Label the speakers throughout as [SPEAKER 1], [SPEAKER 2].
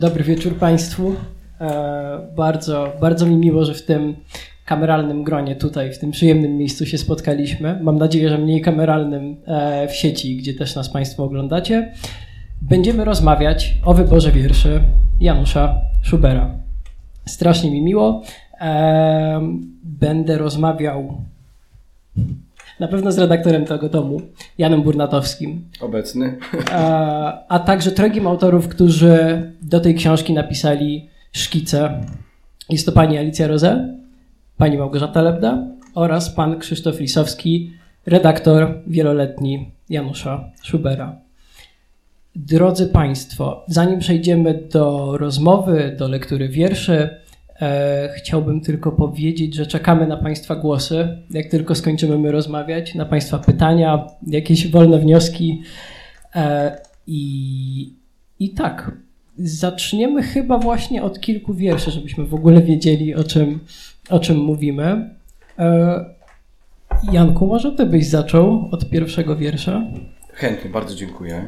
[SPEAKER 1] Dobry wieczór Państwu. Bardzo mi miło, że w tym kameralnym gronie tutaj, w tym przyjemnym miejscu się spotkaliśmy. Mam nadzieję, że mniej kameralnym w sieci, gdzie też nas Państwo oglądacie. Będziemy rozmawiać o wyborze wierszy Janusza Schubera. Strasznie mi miło. Będę rozmawiał na pewno z redaktorem tego tomu, Janem Burnatowskim.
[SPEAKER 2] Obecny.
[SPEAKER 1] A także trojgiem autorów, którzy do tej książki napisali szkice. Jest to pani Alicja Rozę, pani Małgorzata Lebda oraz pan Krzysztof Lisowski, redaktor wieloletni Janusza Schubera. Drodzy Państwo, zanim przejdziemy do rozmowy, do lektury wierszy, chciałbym tylko powiedzieć, że czekamy na Państwa głosy, jak tylko skończymy my rozmawiać, na Państwa pytania, jakieś wolne wnioski. I tak, zaczniemy chyba właśnie od kilku wierszy, żebyśmy w ogóle wiedzieli, o czym mówimy. Janku, może Ty byś zaczął od pierwszego wiersza?
[SPEAKER 2] Chętnie, bardzo dziękuję.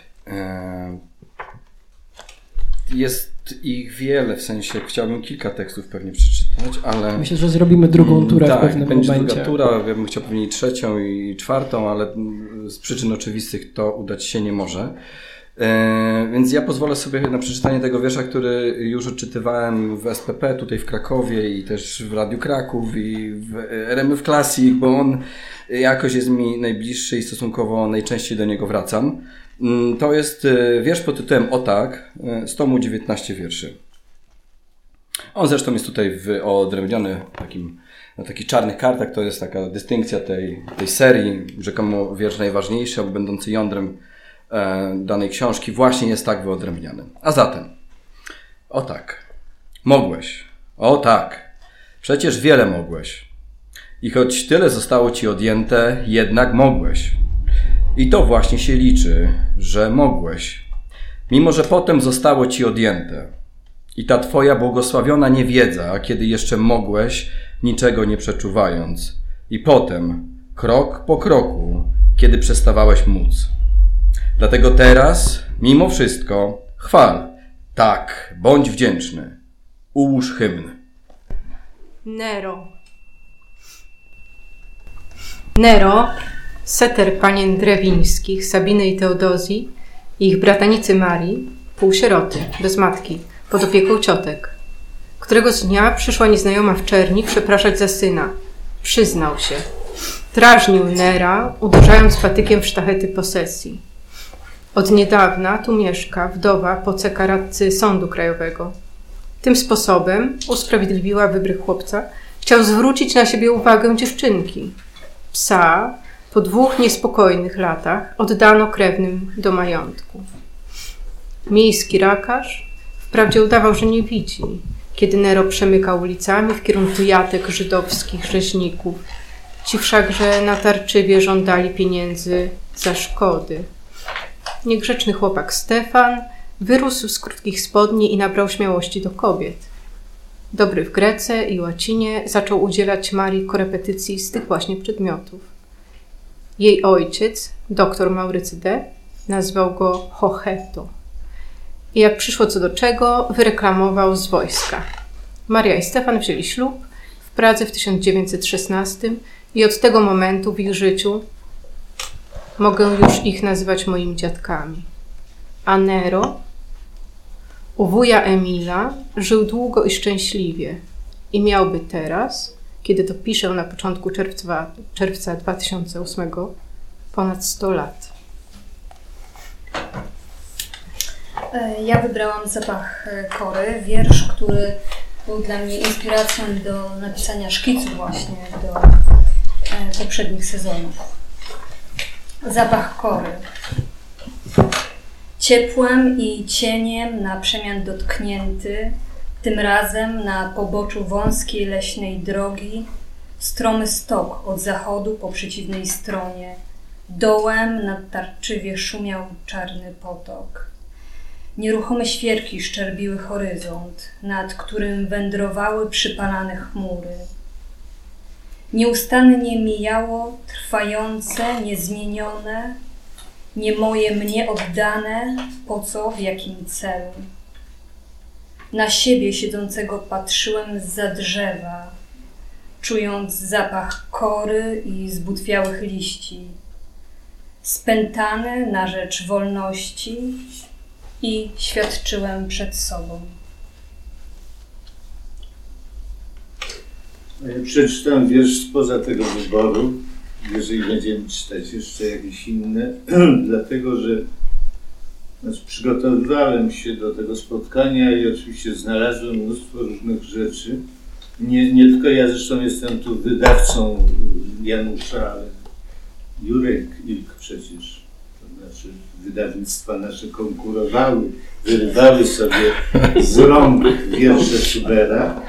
[SPEAKER 2] Jest ich wiele, w sensie chciałbym kilka tekstów pewnie przeczytać, ale...
[SPEAKER 1] Myślę, że zrobimy drugą turę w pewnym
[SPEAKER 2] będzie
[SPEAKER 1] momencie.
[SPEAKER 2] Druga tura, ja bym chciał pewnie trzecią i czwartą, ale z przyczyn oczywistych to udać się nie może. Więc ja pozwolę sobie na przeczytanie tego wiersza, który już odczytywałem w SPP tutaj w Krakowie i też w Radiu Kraków i w RMF Classic, bo on jakoś jest mi najbliższy i stosunkowo najczęściej do niego wracam. To jest wiersz pod tytułem O tak, z tomu 19 wierszy. On zresztą jest tutaj odrębniony na takich czarnych kartach, to jest taka dystynkcja tej serii, rzekomo wiersz najważniejszy, albo będący jądrem danej książki, właśnie jest tak wyodrębniany. A zatem, o tak, mogłeś, o tak, przecież wiele mogłeś. I choć tyle zostało ci odjęte, jednak mogłeś. I to właśnie się liczy, że mogłeś. Mimo że potem zostało ci odjęte. I ta twoja błogosławiona niewiedza, kiedy jeszcze mogłeś, niczego nie przeczuwając. I potem, krok po kroku, kiedy przestawałeś móc. Dlatego teraz, mimo wszystko, chwal. Tak, bądź wdzięczny. Ułóż hymn.
[SPEAKER 3] Nero, seter panien Drewińskich, Sabiny i Teodozji i ich bratanicy Marii, półsieroty, bez matki, pod opieką ciotek. Któregoś dnia przyszła nieznajoma w czerni przepraszać za syna. Przyznał się. Drażnił Nera, uderzając patykiem w sztachety posesji. Od niedawna tu mieszka wdowa poceka radcy Sądu Krajowego. Tym sposobem usprawiedliwiła wybryk chłopca. Chciał zwrócić na siebie uwagę dziewczynki. Psa po 2 niespokojnych latach oddano krewnym do majątku. Miejski rakarz wprawdzie udawał, że nie widzi, kiedy Nero przemykał ulicami w kierunku jatek żydowskich rzeźników. Ci wszakże natarczywie żądali pieniędzy za szkody. Niegrzeczny chłopak Stefan wyrósł z krótkich spodni i nabrał śmiałości do kobiet. Dobry w grece i łacinie, zaczął udzielać Marii korepetycji z tych właśnie przedmiotów. Jej ojciec, doktor Maurycy D., nazwał go Hocheto. I jak przyszło co do czego, wyreklamował z wojska. Maria i Stefan wzięli ślub w Pradze w 1916 i od tego momentu w ich życiu mogę już ich nazywać moimi dziadkami. A Nero, u wuja Emila, żył długo i szczęśliwie i miałby teraz, kiedy to piszę na początku czerwca 2008, ponad 100 lat.
[SPEAKER 4] Ja wybrałam Zapach kory, wiersz, który był dla mnie inspiracją do napisania szkicu właśnie do poprzednich sezonów. Zapach kory. Ciepłem i cieniem na przemian dotknięty, tym razem na poboczu wąskiej leśnej drogi, stromy stok od zachodu po przeciwnej stronie, dołem natarczywie szumiał czarny potok. Nieruchome świerki szczerbiły horyzont, nad którym wędrowały przypalane chmury. Nieustannie mijało, trwające, niezmienione, nie moje mnie oddane, po co, w jakim celu. Na siebie siedzącego patrzyłem zza drzewa, czując zapach kory i zbutwiałych liści, spętany na rzecz wolności i świadczyłem przed sobą.
[SPEAKER 5] Przeczytam wiersz spoza tego wyboru, jeżeli będziemy czytać jeszcze jakieś inne, dlatego że przygotowywałem się do tego spotkania i oczywiście znalazłem mnóstwo różnych rzeczy. Nie tylko ja, zresztą jestem tu wydawcą Janusza, ale Jurek Ilk przecież, to znaczy wydawnictwa nasze konkurowały, wyrywały sobie z rąk wiersze Schubera.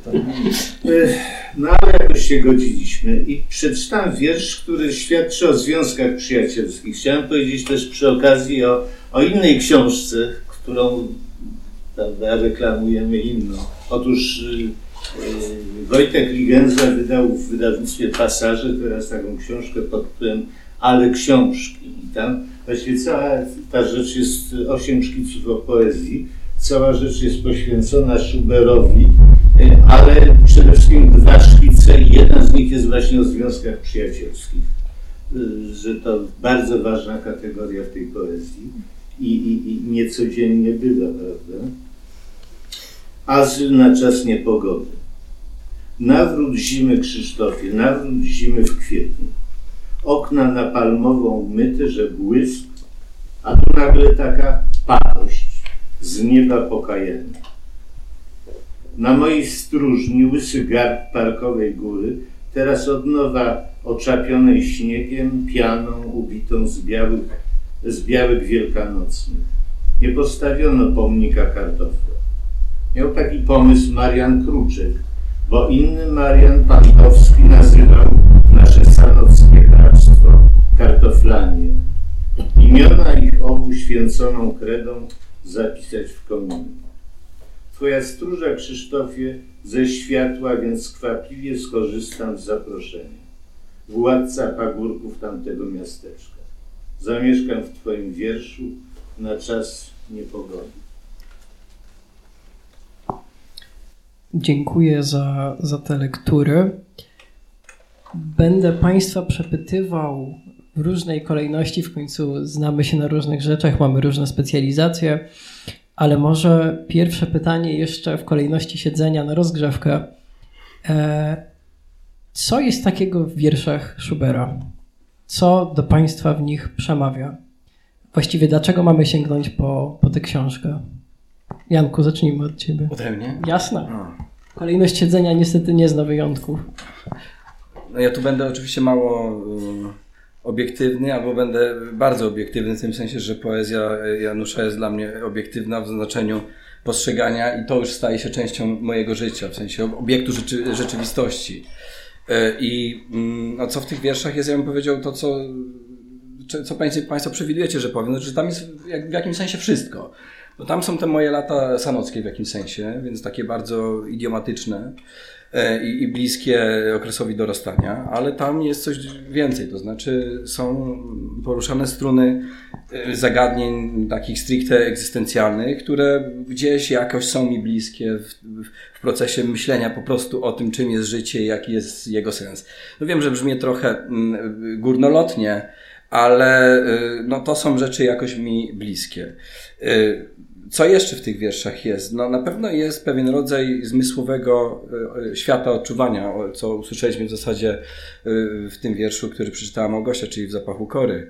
[SPEAKER 5] No ale jakoś się godziliśmy i przeczytam wiersz, który świadczy o związkach przyjacielskich. Chciałem powiedzieć też przy okazji o innej książce, którą, prawda, reklamujemy inną. Otóż Wojtek Ligenza wydał w wydawnictwie Pasaże teraz taką książkę pod tytułem Ale książki. I tam właściwie cała ta rzecz jest 8 szkiców o poezji. Cała rzecz jest poświęcona Schuberowi, ale przede wszystkim 2 szkice i jeden z nich jest właśnie o związkach przyjacielskich. Że to bardzo ważna kategoria w tej poezji i niecodziennie bywa, prawda? Azyl na czas niepogody. Nawrót zimy, Krzysztofie, nawrót zimy w kwietniu. Okna na palmową myte, że błysk, a tu nagle taka pakość z nieba pokajenia. Na mojej stróżni łysy garb parkowej góry, teraz od nowa oczapionej śniegiem, pianą ubitą z białek wielkanocnych. Nie postawiono pomnika kartofla. Miał taki pomysł Marian Kruczek, bo inny Marian Pantowski nazywał nasze sanockie hrabstwo kartoflanie. Imiona ich obu święconą kredą zapisać w kominie. Twoja stróża, Krzysztofie, ze światła, więc skwapliwie skorzystam z zaproszenia. Władca pagórków tamtego miasteczka. Zamieszkam w twoim wierszu na czas niepogody.
[SPEAKER 1] Dziękuję za te lektury. Będę Państwa przepytywał w różnej kolejności, w końcu znamy się na różnych rzeczach, mamy różne specjalizacje, ale może pierwsze pytanie jeszcze w kolejności siedzenia na rozgrzewkę. Co jest takiego w wierszach Schubera? Co do Państwa w nich przemawia? Właściwie dlaczego mamy sięgnąć po tę książkę? Janku, zacznijmy od Ciebie.
[SPEAKER 2] Ode mnie?
[SPEAKER 1] Jasne. Kolejność siedzenia niestety nie zna wyjątków.
[SPEAKER 2] No ja tu będę oczywiście mało obiektywny, albo będę bardzo obiektywny w tym sensie, że poezja Janusza jest dla mnie obiektywna w znaczeniu postrzegania i to już staje się częścią mojego życia, w sensie obiektu rzeczywistości. I no, co w tych wierszach jest, ja bym powiedział to, co Państwo przewidujecie, że powiem, że tam jest w jakimś sensie wszystko. Bo tam są te moje lata sanockie w jakimś sensie, więc takie bardzo idiomatyczne i bliskie okresowi dorastania, ale tam jest coś więcej, to znaczy są poruszane struny zagadnień takich stricte egzystencjalnych, które gdzieś jakoś są mi bliskie w procesie myślenia po prostu o tym, czym jest życie i jaki jest jego sens. No wiem, że brzmi trochę górnolotnie, ale no to są rzeczy jakoś mi bliskie. Co jeszcze w tych wierszach jest? No na pewno jest pewien rodzaj zmysłowego świata odczuwania, co usłyszeliśmy w zasadzie w tym wierszu, który przeczytała Małgosia, czyli w Zapachu kory.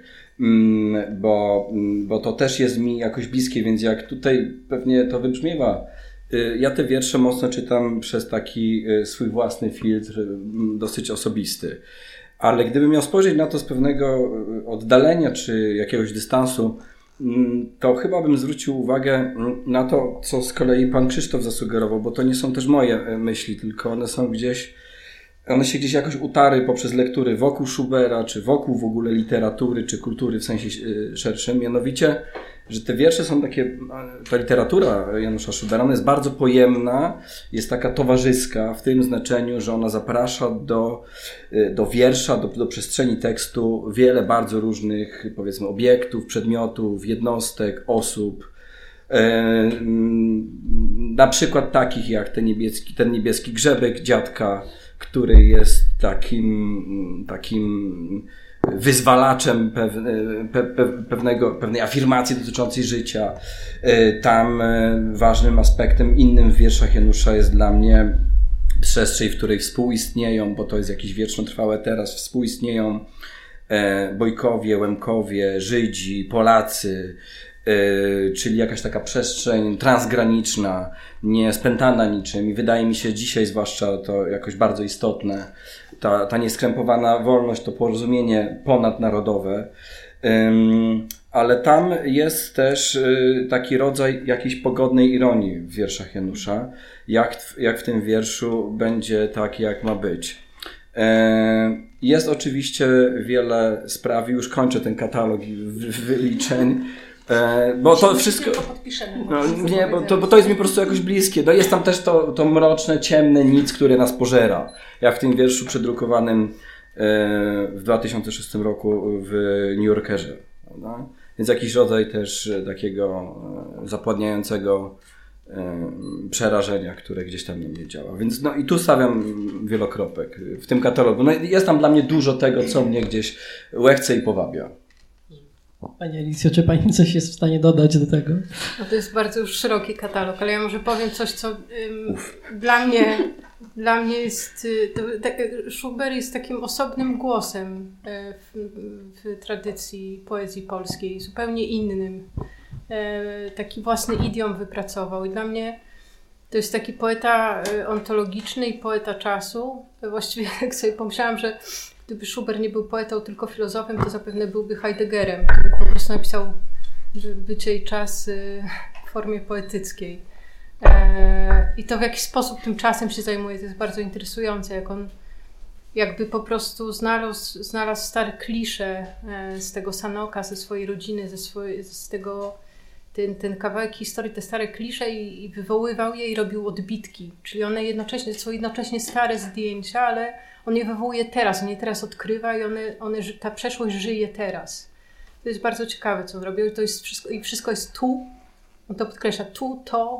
[SPEAKER 2] Bo to też jest mi jakoś bliskie, więc jak tutaj pewnie to wybrzmiewa, ja te wiersze mocno czytam przez taki swój własny filtr, dosyć osobisty. Ale gdybym miał spojrzeć na to z pewnego oddalenia czy jakiegoś dystansu, to chyba bym zwrócił uwagę na to, co z kolei pan Krzysztof zasugerował, bo to nie są też moje myśli, tylko one się gdzieś jakoś utarły poprzez lektury wokół Schubera, czy wokół w ogóle literatury, czy kultury w sensie szerszym. Mianowicie, że te wiersze są takie, ta literatura Janusza Schubera, ona jest bardzo pojemna, jest taka towarzyska w tym znaczeniu, że ona zaprasza do wiersza, do przestrzeni tekstu wiele bardzo różnych, powiedzmy, obiektów, przedmiotów, jednostek, osób. na przykład takich jak ten niebieski grzebek dziadka, który jest takim wyzwalaczem pewnej afirmacji dotyczącej życia. Tam ważnym aspektem innym w wierszach Janusza jest dla mnie przestrzeń, w której współistnieją, bo to jest jakieś wiecznotrwałe teraz, współistnieją Bojkowie, Łemkowie, Żydzi, Polacy, czyli jakaś taka przestrzeń transgraniczna, nie spętana niczym i wydaje mi się dzisiaj zwłaszcza to jakoś bardzo istotne. Ta nieskrępowana wolność, to porozumienie ponadnarodowe, ale tam jest też taki rodzaj jakiejś pogodnej ironii w wierszach Janusza, jak w tym wierszu będzie tak, jak ma być. Jest oczywiście wiele spraw, już kończę ten katalog wyliczeń, bo to wszystko. Bo to jest mi po prostu jakoś bliskie. No jest tam też to mroczne, ciemne nic, które nas pożera. Jak w tym wierszu przedrukowanym w 2006 roku w New Yorkerze. Prawda? Więc jakiś rodzaj też takiego zapładniającego przerażenia, które gdzieś tam na mnie działa. Więc i tu stawiam wielokropek w tym katalogu. No jest tam dla mnie dużo tego, co mnie gdzieś łechce i powabia.
[SPEAKER 1] Pani Alicjo, czy Pani coś jest w stanie dodać do tego?
[SPEAKER 3] No to jest bardzo już szeroki katalog, ale ja może powiem coś, co dla mnie jest... Schubert jest takim osobnym głosem w tradycji poezji polskiej, zupełnie innym. Taki własny idiom wypracował i dla mnie to jest taki poeta ontologiczny i poeta czasu. Właściwie jak sobie pomyślałam, że gdyby Schubert nie był poetą, tylko filozofem, to zapewne byłby Heideggerem, który po prostu napisał Bycie i czas w formie poetyckiej. I to w jaki sposób tym czasem się zajmuje, to jest bardzo interesujące, jak on jakby po znalazł stare klisze z tego Sanoka, ze swojej rodziny, z tego ten kawałek historii, te stare klisze i wywoływał je i robił odbitki. Czyli one są jednocześnie stare zdjęcia, ale on je wywołuje teraz, on je teraz odkrywa i ta przeszłość żyje teraz. To jest bardzo ciekawe, co on robił. To jest wszystko, i wszystko jest tu. On to podkreśla. Tu, to.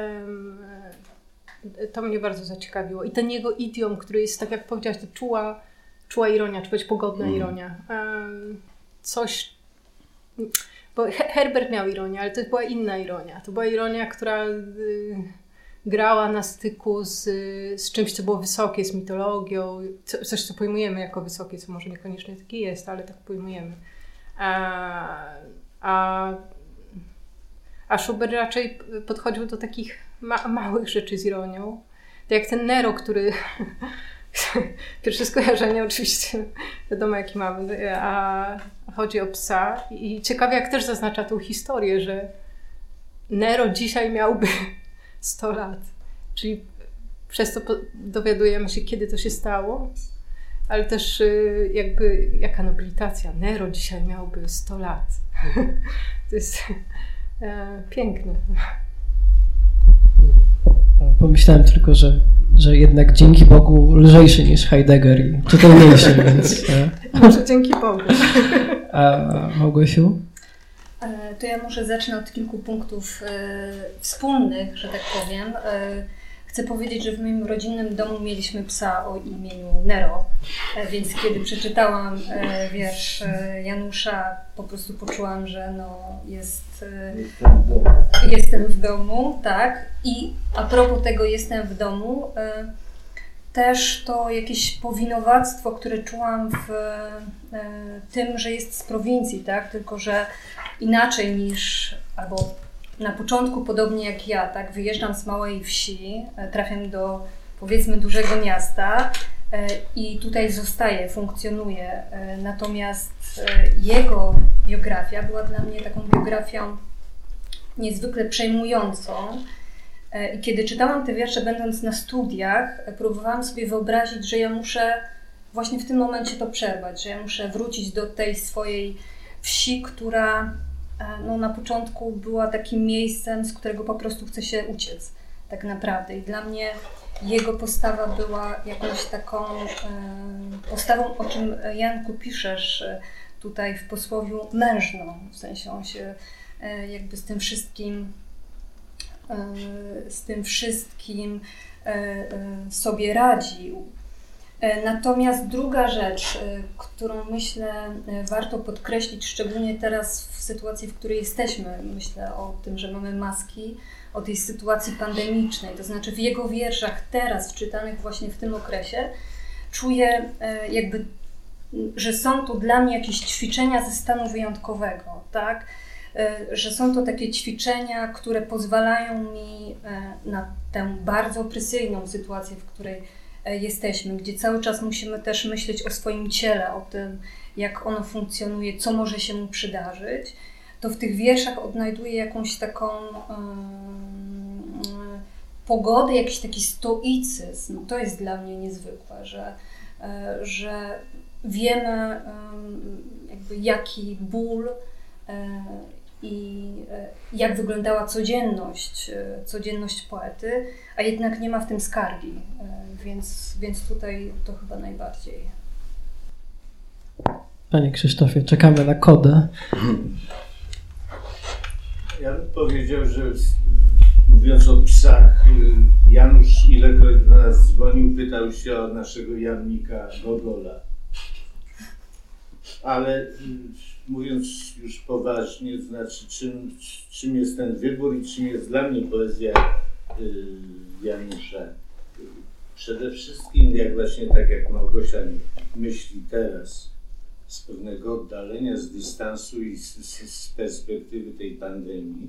[SPEAKER 3] To mnie bardzo zaciekawiło. I ten jego idiom, który jest, tak jak powiedziałaś, to czuła ironia, czy powiedzieć pogodna ironia. Coś... Bo Herbert miał ironię, ale to była inna ironia. To była ironia, która grała na styku z czymś, co było wysokie, z mitologią. Coś, co pojmujemy jako wysokie, co może niekoniecznie takie jest, ale tak pojmujemy. A Schubert raczej podchodził do takich małych rzeczy z ironią. Tak jak ten Nero, który... Pierwsze skojarzenie oczywiście wiadomo jaki mamy, a chodzi o psa. I ciekawie jak też zaznacza tą historię, że Nero dzisiaj miałby 100 lat. Czyli przez to dowiadujemy się, kiedy to się stało, ale też jakby jaka nobilitacja. Nero dzisiaj miałby 100 lat. To jest piękne.
[SPEAKER 1] Pomyślałem tylko, że jednak dzięki Bogu lżejszy niż Heidegger i czytelniejszy, więc...
[SPEAKER 3] Może dzięki Bogu.
[SPEAKER 1] A Małgosiu?
[SPEAKER 4] To ja może zacznę od kilku punktów wspólnych, że tak powiem. Chcę powiedzieć, że w moim rodzinnym domu mieliśmy psa o imieniu Nero, więc kiedy przeczytałam wiersz Janusza, po prostu poczułam, że jestem w domu, tak. I a propos tego jestem w domu, też to jakieś powinowactwo, które czułam w tym, że jest z prowincji, tak, tylko że inaczej niż, albo na początku podobnie jak ja, tak, wyjeżdżam z małej wsi, trafiam do powiedzmy dużego miasta i tutaj zostaję, funkcjonuję. Natomiast jego biografia była dla mnie taką biografią niezwykle przejmującą. I kiedy czytałam te wiersze, będąc na studiach, próbowałam sobie wyobrazić, że ja muszę właśnie w tym momencie to przerwać, że ja muszę wrócić do tej swojej wsi, która na początku była takim miejscem, z którego po prostu chce się uciec tak naprawdę. I dla mnie jego postawa była jakąś taką postawą, o czym Janku piszesz tutaj w posłowiu, mężną. W sensie on się jakby z tym wszystkim z tym wszystkim sobie radził. Natomiast druga rzecz, którą myślę warto podkreślić, szczególnie teraz w sytuacji, w której jesteśmy, myślę o tym, że mamy maski, o tej sytuacji pandemicznej, to znaczy w jego wierszach teraz, wczytanych właśnie w tym okresie, czuję jakby, że są to dla mnie jakieś ćwiczenia ze stanu wyjątkowego, tak? Że są to takie ćwiczenia, które pozwalają mi na tę bardzo opresyjną sytuację, w której jesteśmy, gdzie cały czas musimy też myśleć o swoim ciele, o tym, jak ono funkcjonuje, co może się mu przydarzyć, to w tych wierszach odnajduję jakąś taką pogodę, jakiś taki stoicyzm. To jest dla mnie niezwykłe, że wiemy jakby jaki ból i jak wyglądała codzienność poety, a jednak nie ma w tym skargi, więc tutaj to chyba najbardziej.
[SPEAKER 1] Panie Krzysztofie, czekamy na kodę.
[SPEAKER 5] Ja bym powiedział, że mówiąc o psach, Janusz ilekroć do nas dzwonił, pytał się o naszego jamnika Gogola. Ale mówiąc już poważnie, to znaczy czym jest ten wybór i czym jest dla mnie poezja Janusza. Przede wszystkim, jak właśnie tak jak Małgosia myśli teraz, z pewnego oddalenia, z dystansu i z perspektywy tej pandemii,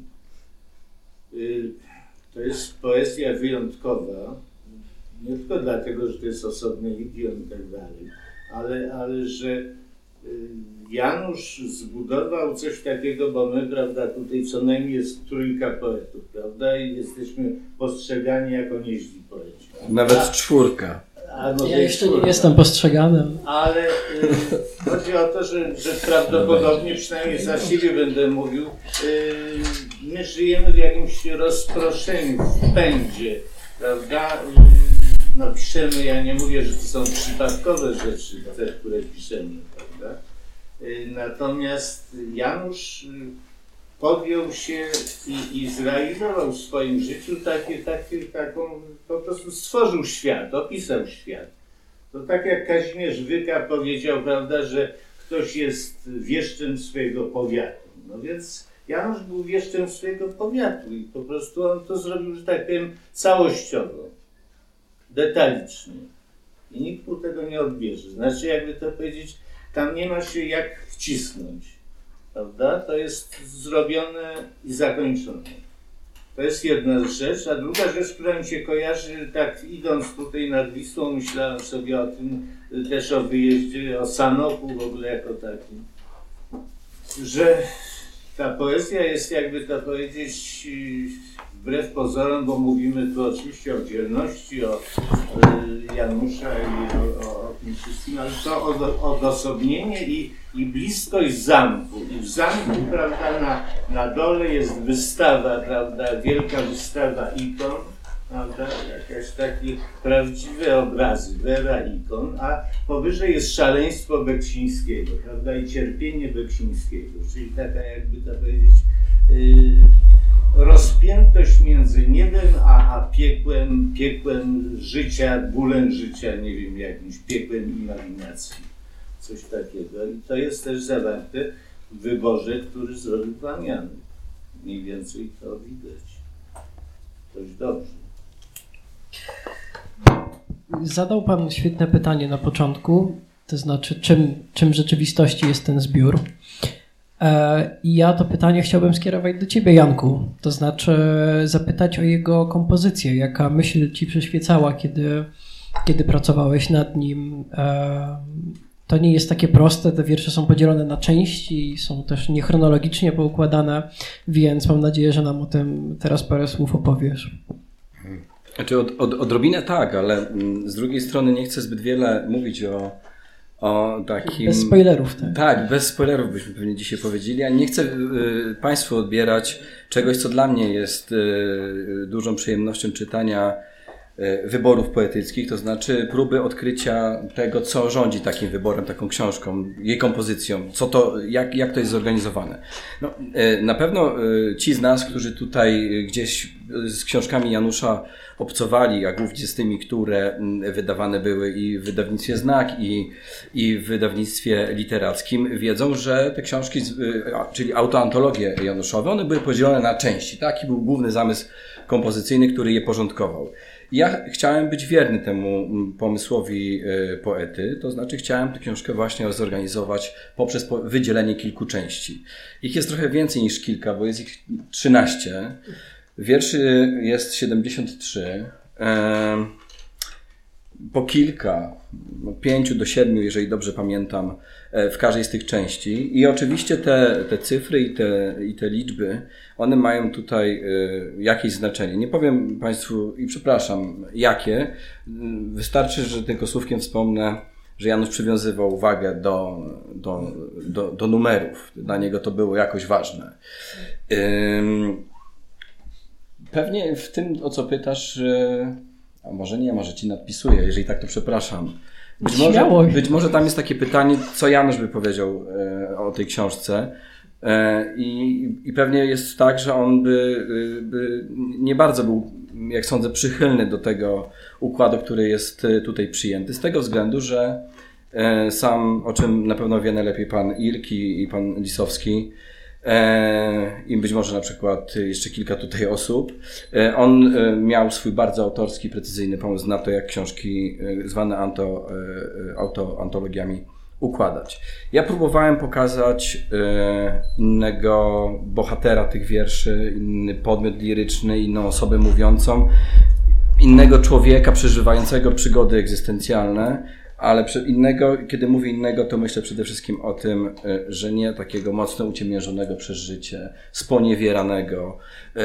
[SPEAKER 5] to jest poezja wyjątkowa, nie tylko dlatego, że to jest osobny idiom i tak dalej, ale że Janusz zbudował coś takiego, bo my, prawda, tutaj co najmniej jest trójka poetów, prawda, i jesteśmy postrzegani jako nieźli poeci.
[SPEAKER 2] Nawet czwórka.
[SPEAKER 1] Ja jeszcze nie jestem postrzegany.
[SPEAKER 5] Ale chodzi o to, że prawdopodobnie, przynajmniej za siebie będę mówił, my żyjemy w jakimś rozproszeniu, w pędzie, prawda? No piszemy, ja nie mówię, że to są przypadkowe rzeczy, te, które piszemy, prawda? Natomiast Janusz podjął się i zrealizował w swoim życiu taką, po prostu stworzył świat, opisał świat. To tak jak Kazimierz Wyka powiedział, prawda, że ktoś jest wieszczem swojego powiatu. No więc Janusz był wieszczem swojego powiatu i po prostu on to zrobił, że tak powiem, całościowo, detalicznie. I nikt mu tego nie odbierze. Znaczy, jakby to powiedzieć, tam nie ma się jak wcisnąć. Prawda? To jest zrobione i zakończone. To jest jedna rzecz, a druga rzecz, która mi się kojarzy, tak idąc tutaj nad Wisłą, myślałem sobie o tym, też o wyjeździe, o Sanoku w ogóle jako takim, że ta poezja jest, jakby to powiedzieć, wbrew pozorom, bo mówimy tu oczywiście o dzielności, o Janusza i o tym wszystkim, ale to odosobnienie i bliskość zamku. I w zamku, prawda, na dole jest wystawa, prawda, wielka wystawa ikon, prawda, jakieś takie prawdziwe obrazy, wera ikon, a powyżej jest szaleństwo Beksińskiego, prawda, i cierpienie Beksińskiego, czyli taka, jakby to powiedzieć, rozpiętość między niebem a piekłem życia, bólem życia, nie wiem, jakimś piekłem imaginacji, coś takiego. I to jest też zawarte w wyborze, który zrobił pan Janek. Mniej więcej to widać. Dość dobrze.
[SPEAKER 1] Zadał pan świetne pytanie na początku, to znaczy czym w rzeczywistości jest ten zbiór. I ja to pytanie chciałbym skierować do ciebie, Janku. To znaczy zapytać o jego kompozycję. Jaka myśl ci przyświecała, kiedy pracowałeś nad nim? To nie jest takie proste. Te wiersze są podzielone na części i są też niechronologicznie poukładane, więc mam nadzieję, że nam o tym teraz parę słów opowiesz.
[SPEAKER 2] Znaczy odrobinę tak, ale z drugiej strony nie chcę zbyt wiele mówić o takim...
[SPEAKER 1] Bez spoilerów, tak?
[SPEAKER 2] Tak, bez spoilerów byśmy pewnie dzisiaj powiedzieli, a nie chcę Państwu odbierać czegoś, co dla mnie jest dużą przyjemnością czytania wyborów poetyckich, to znaczy próby odkrycia tego, co rządzi takim wyborem, taką książką, jej kompozycją, co to, jak to jest zorganizowane. No, na pewno ci z nas, którzy tutaj gdzieś z książkami Janusza obcowali, a głównie z tymi, które wydawane były i w wydawnictwie Znak, i w wydawnictwie literackim, wiedzą, że te książki, czyli autoantologie Januszowe, one były podzielone na części. Taki był główny zamysł kompozycyjny, który je porządkował. Ja chciałem być wierny temu pomysłowi poety, to znaczy chciałem tę książkę właśnie zorganizować poprzez wydzielenie kilku części. Ich jest trochę więcej niż kilka, bo jest ich 13. Wierszy jest 73. Po kilka, 5 do 7, jeżeli dobrze pamiętam, w każdej z tych części. I oczywiście te cyfry i te liczby, one mają tutaj jakieś znaczenie. Nie powiem Państwu, i przepraszam, jakie. Wystarczy, że tylko słówkiem wspomnę, że Janusz przywiązywał uwagę do numerów. Dla niego to było jakoś ważne. Pewnie w tym, o co pytasz, a może nie, może Ci nadpisuję, jeżeli tak, to przepraszam. Być może tam jest takie pytanie, co Janusz by powiedział o tej książce. I pewnie jest tak, że on by nie bardzo był, jak sądzę, przychylny do tego układu, który jest tutaj przyjęty. Z tego względu, że sam, o czym na pewno wie najlepiej pan Irk i pan Lisowski, i być może na przykład jeszcze kilka tutaj osób. On miał swój bardzo autorski, precyzyjny pomysł na to, jak książki zwane autoantologiami układać. Ja próbowałem pokazać innego bohatera tych wierszy, inny podmiot liryczny, inną osobę mówiącą, innego człowieka przeżywającego przygody egzystencjalne, ale kiedy mówię innego, to myślę przede wszystkim o tym, że nie takiego mocno uciemiężonego przez życie, sponiewieranego,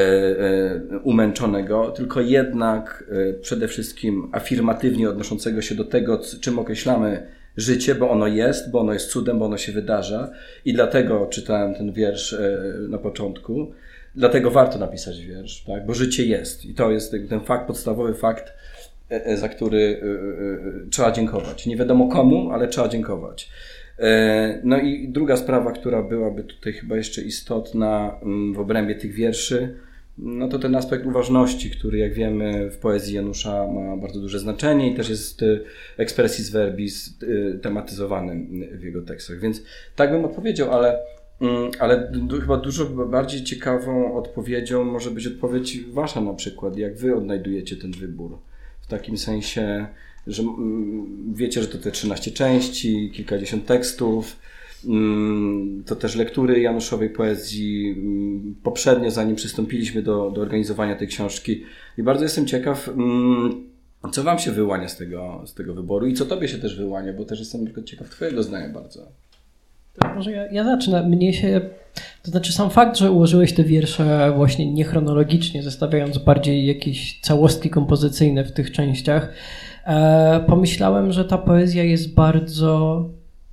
[SPEAKER 2] umęczonego, tylko jednak przede wszystkim afirmatywnie odnoszącego się do tego, czym określamy życie, bo ono jest cudem, bo ono się wydarza i dlatego czytałem ten wiersz na początku. Dlatego warto napisać wiersz, tak? Bo życie jest i to jest ten fakt, podstawowy fakt, za który trzeba dziękować. Nie wiadomo komu, ale trzeba dziękować. No i druga sprawa, która byłaby tutaj chyba jeszcze istotna w obrębie tych wierszy, no to ten aspekt uważności, który jak wiemy w poezji Janusza ma bardzo duże znaczenie i też jest expressis verbis tematyzowany w jego tekstach. Więc tak bym odpowiedział, ale chyba dużo bardziej ciekawą odpowiedzią może być odpowiedź wasza na przykład, jak wy odnajdujecie ten wybór. W takim sensie, że wiecie, że to te 13 części, kilkadziesiąt tekstów, to też lektury Januszowej poezji poprzednio, zanim przystąpiliśmy do organizowania tej książki. I bardzo jestem ciekaw, co wam się wyłania z tego wyboru i co tobie się też wyłania, bo też jestem tylko ciekaw twojego zdania bardzo.
[SPEAKER 1] To może ja zacznę. To znaczy sam fakt, że ułożyłeś te wiersze właśnie niechronologicznie, zestawiając bardziej jakieś całostki kompozycyjne w tych częściach, pomyślałem, że ta poezja jest bardzo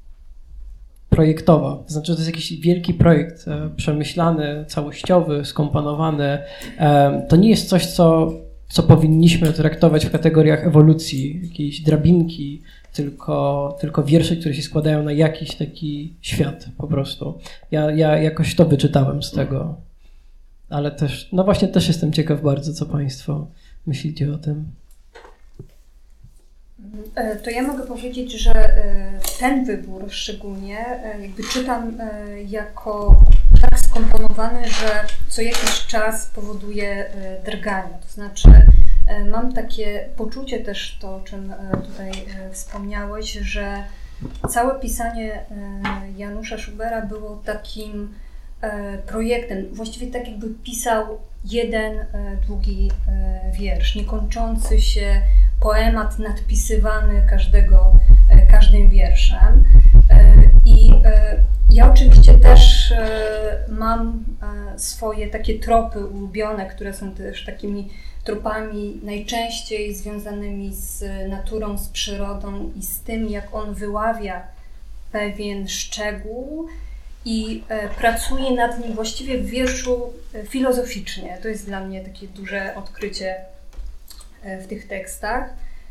[SPEAKER 1] projektowa. To znaczy, to jest jakiś wielki projekt, przemyślany, całościowy, skomponowany. To nie jest coś, co powinniśmy traktować w kategoriach ewolucji, jakiejś drabinki, tylko wiersze, które się składają na jakiś taki świat po prostu. Ja jakoś to wyczytałem z tego. Ale też, no właśnie też jestem ciekaw bardzo, co państwo myślicie o tym.
[SPEAKER 4] To ja mogę powiedzieć, że ten wybór szczególnie jakby czytam jako tak skomponowany, że co jakiś czas powoduje drganie. To znaczy mam takie poczucie też to, o czym tutaj wspomniałeś, że całe pisanie Janusza Schubera było takim projektem, właściwie tak jakby pisał jeden długi wiersz, niekończący się poemat nadpisywany każdym wierszem. I ja oczywiście też mam swoje takie tropy ulubione, które są też takimi tropami najczęściej związanymi z naturą, z przyrodą i z tym, jak on wyławia pewien szczegół i pracuje nad nim właściwie w wierszu filozoficznie. To jest dla mnie takie duże odkrycie w tych tekstach.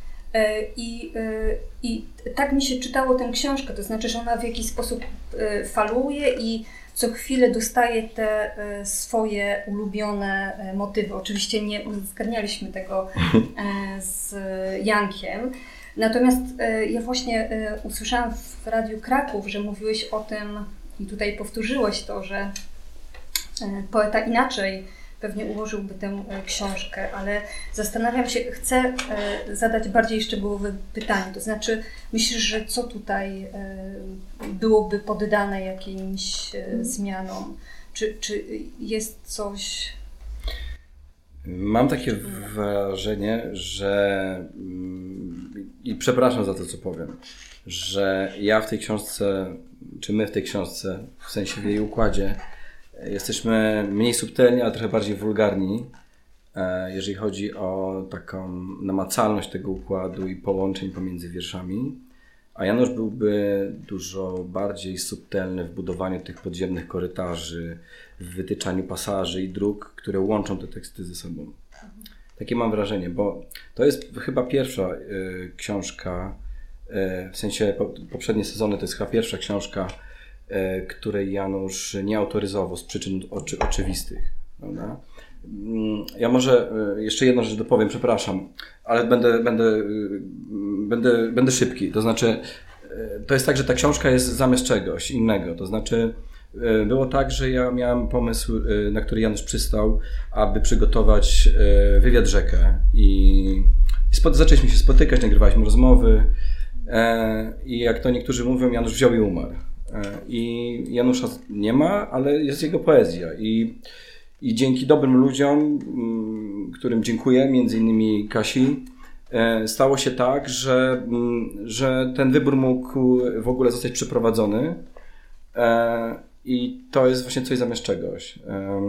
[SPEAKER 4] I tak mi się czytało tę książkę, to znaczy, że ona w jakiś sposób faluje i co chwilę dostaje te swoje ulubione motywy. Oczywiście nie zgarnialiśmy tego z Jankiem. Natomiast ja właśnie usłyszałam w Radiu Kraków, że mówiłeś o tym i tutaj powtórzyłeś to, że poeta inaczej pewnie ułożyłby tę książkę, ale zastanawiam się, chcę zadać bardziej szczegółowe pytanie. To znaczy, myślisz, że co tutaj byłoby poddane jakimś zmianom? Czy jest coś...
[SPEAKER 2] Mam takie wrażenie, że i przepraszam za to, co powiem, że ja w tej książce, czy my w tej książce, w sensie w jej układzie, jesteśmy mniej subtelni, ale trochę bardziej wulgarni, jeżeli chodzi o taką namacalność tego układu i połączeń pomiędzy wierszami. A Janusz byłby dużo bardziej subtelny w budowaniu tych podziemnych korytarzy, w wytyczaniu pasaży i dróg, które łączą te teksty ze sobą. Takie mam wrażenie, bo to jest chyba pierwsza książka, w sensie poprzednie sezony to jest chyba pierwsza książka, której Janusz nie autoryzował z przyczyn oczywistych. Prawda? Ja może jeszcze jedną rzecz dopowiem, przepraszam, ale będę szybki. To znaczy, to jest tak, że ta książka jest zamiast czegoś innego. To znaczy, było tak, że ja miałem pomysł, na który Janusz przystał, aby przygotować wywiad rzekę i zaczęliśmy się spotykać, nagrywaliśmy rozmowy i jak to niektórzy mówią, Janusz wziął i umarł. I Janusza nie ma, ale jest jego poezja i dzięki dobrym ludziom, którym dziękuję, między innymi Kasi, stało się tak, że ten wybór mógł w ogóle zostać przeprowadzony i to jest właśnie coś zamiast czegoś.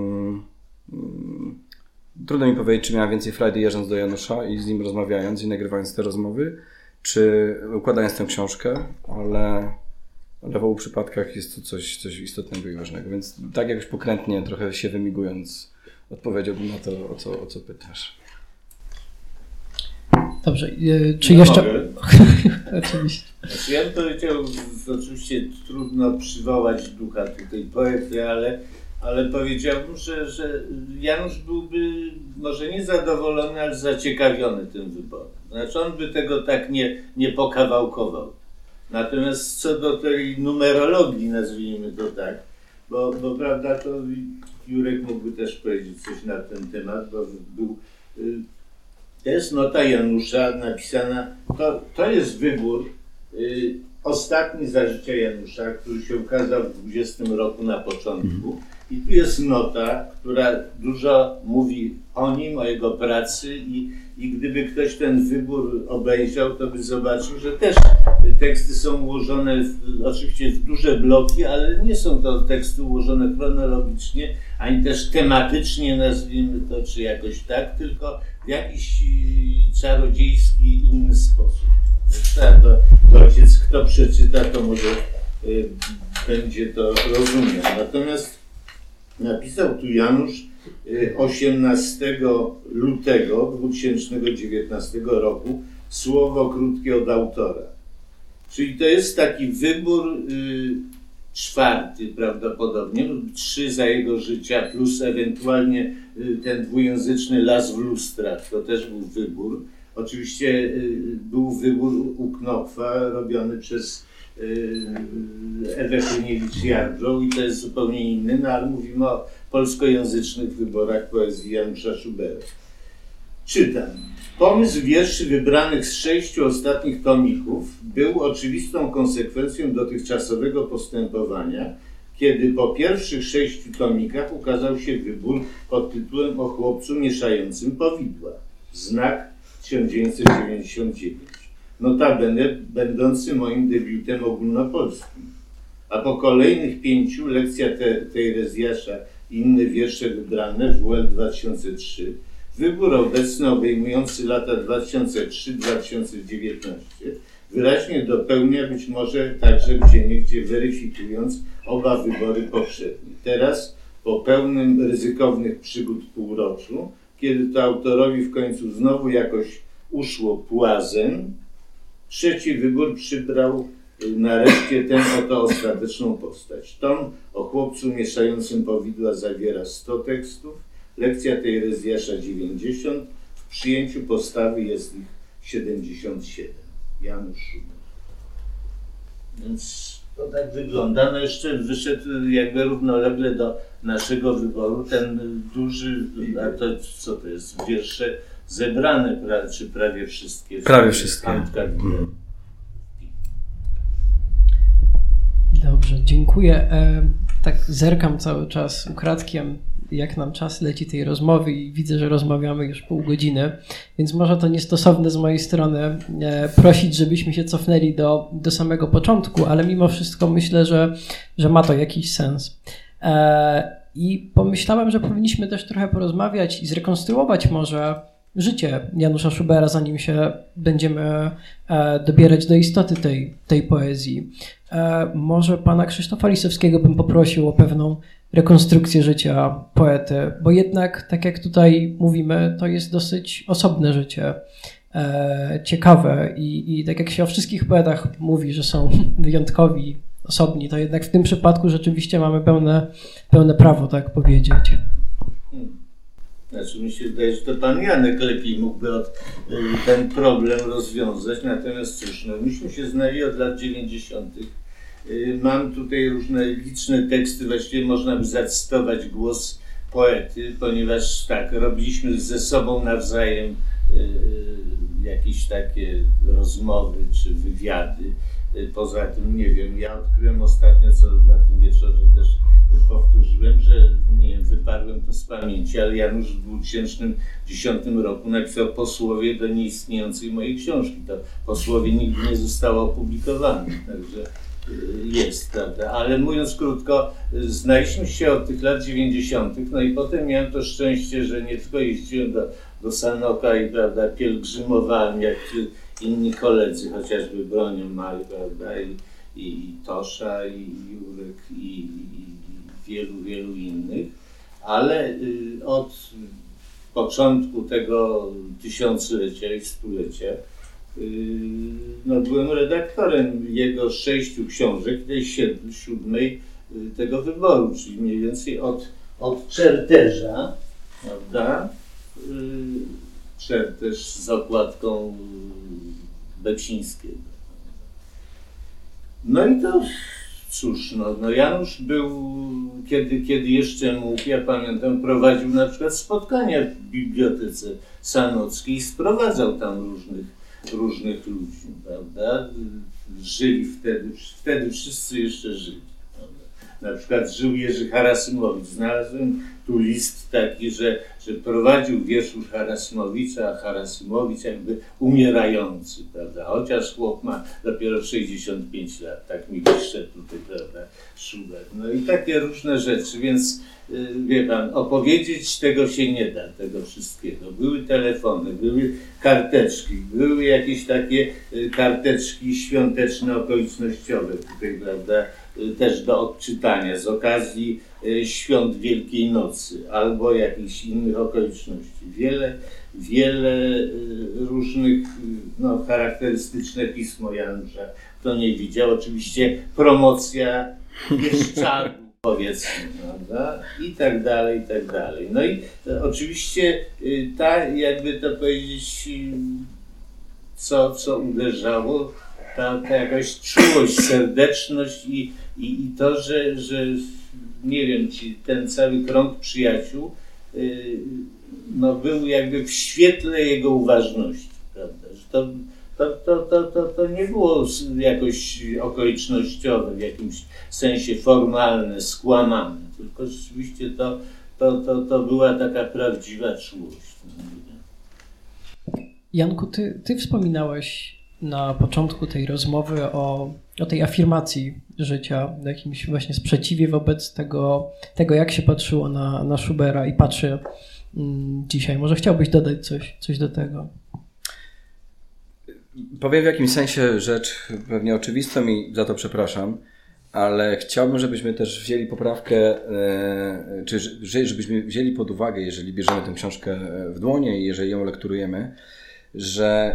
[SPEAKER 2] Trudno mi powiedzieć, czy miałem więcej frajdy jeżdżąc do Janusza i z nim rozmawiając i nagrywając te rozmowy, czy układając tę książkę, ale w obu przypadkach jest to coś istotnego i ważnego, więc tak jakoś pokrętnie, trochę się wymigując, odpowiedziałbym na to, o co pytasz.
[SPEAKER 1] Dobrze, czy jeszcze... Oczywiście.
[SPEAKER 5] Znaczy, ja bym powiedział, oczywiście trudno przywołać ducha tej poety, ale powiedziałbym, że Janusz byłby może nie zadowolony, ale zaciekawiony tym wyborem. Znaczy on by tego tak nie pokawałkował. Natomiast co do tej numerologii, nazwijmy to tak, bo prawda, to Jurek mógłby też powiedzieć coś na ten temat, bo to jest nota Janusza napisana, to jest wybór ostatni za życia Janusza, który się ukazał w 20 roku na początku. I tu jest nota, która dużo mówi o nim, o jego pracy i gdyby ktoś ten wybór obejrzał, to by zobaczył, że też teksty są ułożone oczywiście w duże bloki, ale nie są to teksty ułożone chronologicznie, ani też tematycznie, nazwijmy to, czy jakoś tak, tylko w jakiś czarodziejski inny sposób. To ojciec, kto przeczyta, to może będzie to rozumiał. Natomiast napisał tu Janusz 18 lutego 2019 roku słowo krótkie od autora. Czyli to jest taki wybór czwarty prawdopodobnie, 3 za jego życia, plus ewentualnie ten dwujęzyczny Las w lustrach, to też był wybór. Oczywiście był wybór u Knopfa robiony przez Ewę Hryniewicz-Jarbrzą i to jest zupełnie inny, no ale mówimy o polskojęzycznych wyborach poezji Janusza Schubera. Czytam. Pomysł wierszy wybranych z 6 ostatnich tomików był oczywistą konsekwencją dotychczasowego postępowania, kiedy po pierwszych 6 tomikach ukazał się wybór pod tytułem O chłopcu mieszającym powidła. Znak 1999. Notabene będący moim debiutem ogólnopolskim. A po kolejnych 5 lekcja Tejrezjasza i inne wiersze wybrane WL 2003, wybór obecny obejmujący lata 2003-2019 wyraźnie dopełnia, być może także gdzieniegdzie weryfikując oba wybory poprzednie. Teraz, po pełnym ryzykownych przygód półroczu, kiedy to autorowi w końcu znowu jakoś uszło płazem, trzeci wybór przybrał nareszcie tę oto ostateczną postać. Tom o chłopcu mieszającym powidła zawiera 100 tekstów, lekcja Tejrezjasza 90, w przyjęciu postawy jest ich 77. Janusz Szuber. Więc to tak wygląda. No jeszcze wyszedł jakby równolegle do naszego wyboru ten duży, a to co to jest, wiersze zebrane, czy prawie wszystkie?
[SPEAKER 2] Prawie wszystkie.
[SPEAKER 1] Dobrze, dziękuję. Tak zerkam cały czas ukradkiem, jak nam czas leci tej rozmowy i widzę, że rozmawiamy już pół godziny, więc może to niestosowne z mojej strony prosić, żebyśmy się cofnęli do samego początku, ale mimo wszystko myślę, że ma to jakiś sens. I pomyślałem, że powinniśmy też trochę porozmawiać i zrekonstruować może życie Janusza Schubera, zanim się będziemy dobierać do istoty tej poezji. Może pana Krzysztofa Lisowskiego bym poprosił o pewną rekonstrukcję życia poety, bo jednak, tak jak tutaj mówimy, to jest dosyć osobne życie, ciekawe i tak jak się o wszystkich poetach mówi, że są wyjątkowi, osobni, to jednak w tym przypadku rzeczywiście mamy pełne prawo tak powiedzieć.
[SPEAKER 5] Znaczy mi się wydaje, że to pan Janek lepiej mógłby ten problem rozwiązać, natomiast cóż, no myśmy się znali od lat 90. Mam tutaj różne liczne teksty, właściwie można by zacytować głos poety, ponieważ tak, robiliśmy ze sobą nawzajem jakieś takie rozmowy czy wywiady. Poza tym, nie wiem, ja odkryłem ostatnio, co na tym wieczorze też powtórzyłem, że nie wiem, wyparłem to z pamięci, ale Janusz w 2010 roku napisał posłowie do nieistniejącej mojej książki. To posłowie nigdy nie zostało opublikowane, także jest, prawda. Ale mówiąc krótko, znaliśmy się od tych lat 90., no i potem miałem to szczęście, że nie tylko jeździłem do Sanoka i, prawda, pielgrzymowałem jak inni koledzy, chociażby Bronią Maj, prawda, i Tosza, i Jurek, i wielu innych, ale od początku tego tysiąclecia i stulecia no, byłem redaktorem jego 6 książek, tej 7 tego wyboru, czyli mniej więcej od Czerterza, prawda? Czerterz z okładką Beksińskiego. No i to cóż, no Janusz był, kiedy jeszcze mógł, ja pamiętam, prowadził na przykład spotkania w Bibliotece Sanockiej i sprowadzał tam różnych ludzi, prawda? Żyli wtedy wszyscy jeszcze żyli. Prawda? Na przykład żył Jerzy Harasymowicz. Znalazłem tu list taki, że prowadził wierszusz Harasymowicza, a Harasymowicz jakby umierający, prawda? Chociaż chłop ma dopiero 65 lat, tak mi pisze tutaj, prawda, Schubert. No i takie różne rzeczy, więc wie pan, opowiedzieć tego się nie da, tego wszystkiego. Były telefony, były karteczki, były jakieś takie karteczki świąteczne, okolicznościowe tutaj, prawda, też do odczytania z okazji świąt Wielkiej Nocy albo jakichś innych okoliczności. Wiele różnych, no, charakterystyczne pismo Janusza, kto nie widział, oczywiście promocja Bieszczadu, powiedzmy, prawda? I tak dalej, i tak dalej. No i oczywiście ta, jakby to powiedzieć, co uderzało, ta jakaś czułość, serdeczność i to, że nie wiem, ten cały krąg przyjaciół no, był jakby w świetle jego uważności, prawda? Że to nie było jakoś okolicznościowe, w jakimś sensie formalne, skłamane, tylko rzeczywiście to była taka prawdziwa czułość.
[SPEAKER 1] Janku, ty wspominałeś na początku tej rozmowy o tej afirmacji życia, jakimś właśnie sprzeciwie wobec tego jak się patrzyło na Schubera i patrzy dzisiaj. Może chciałbyś dodać coś do tego?
[SPEAKER 2] Powiem w jakimś sensie rzecz pewnie oczywistą i za to przepraszam, ale chciałbym, żebyśmy też wzięli poprawkę, czy żebyśmy wzięli pod uwagę, jeżeli bierzemy tę książkę w dłonie i jeżeli ją lekturujemy, że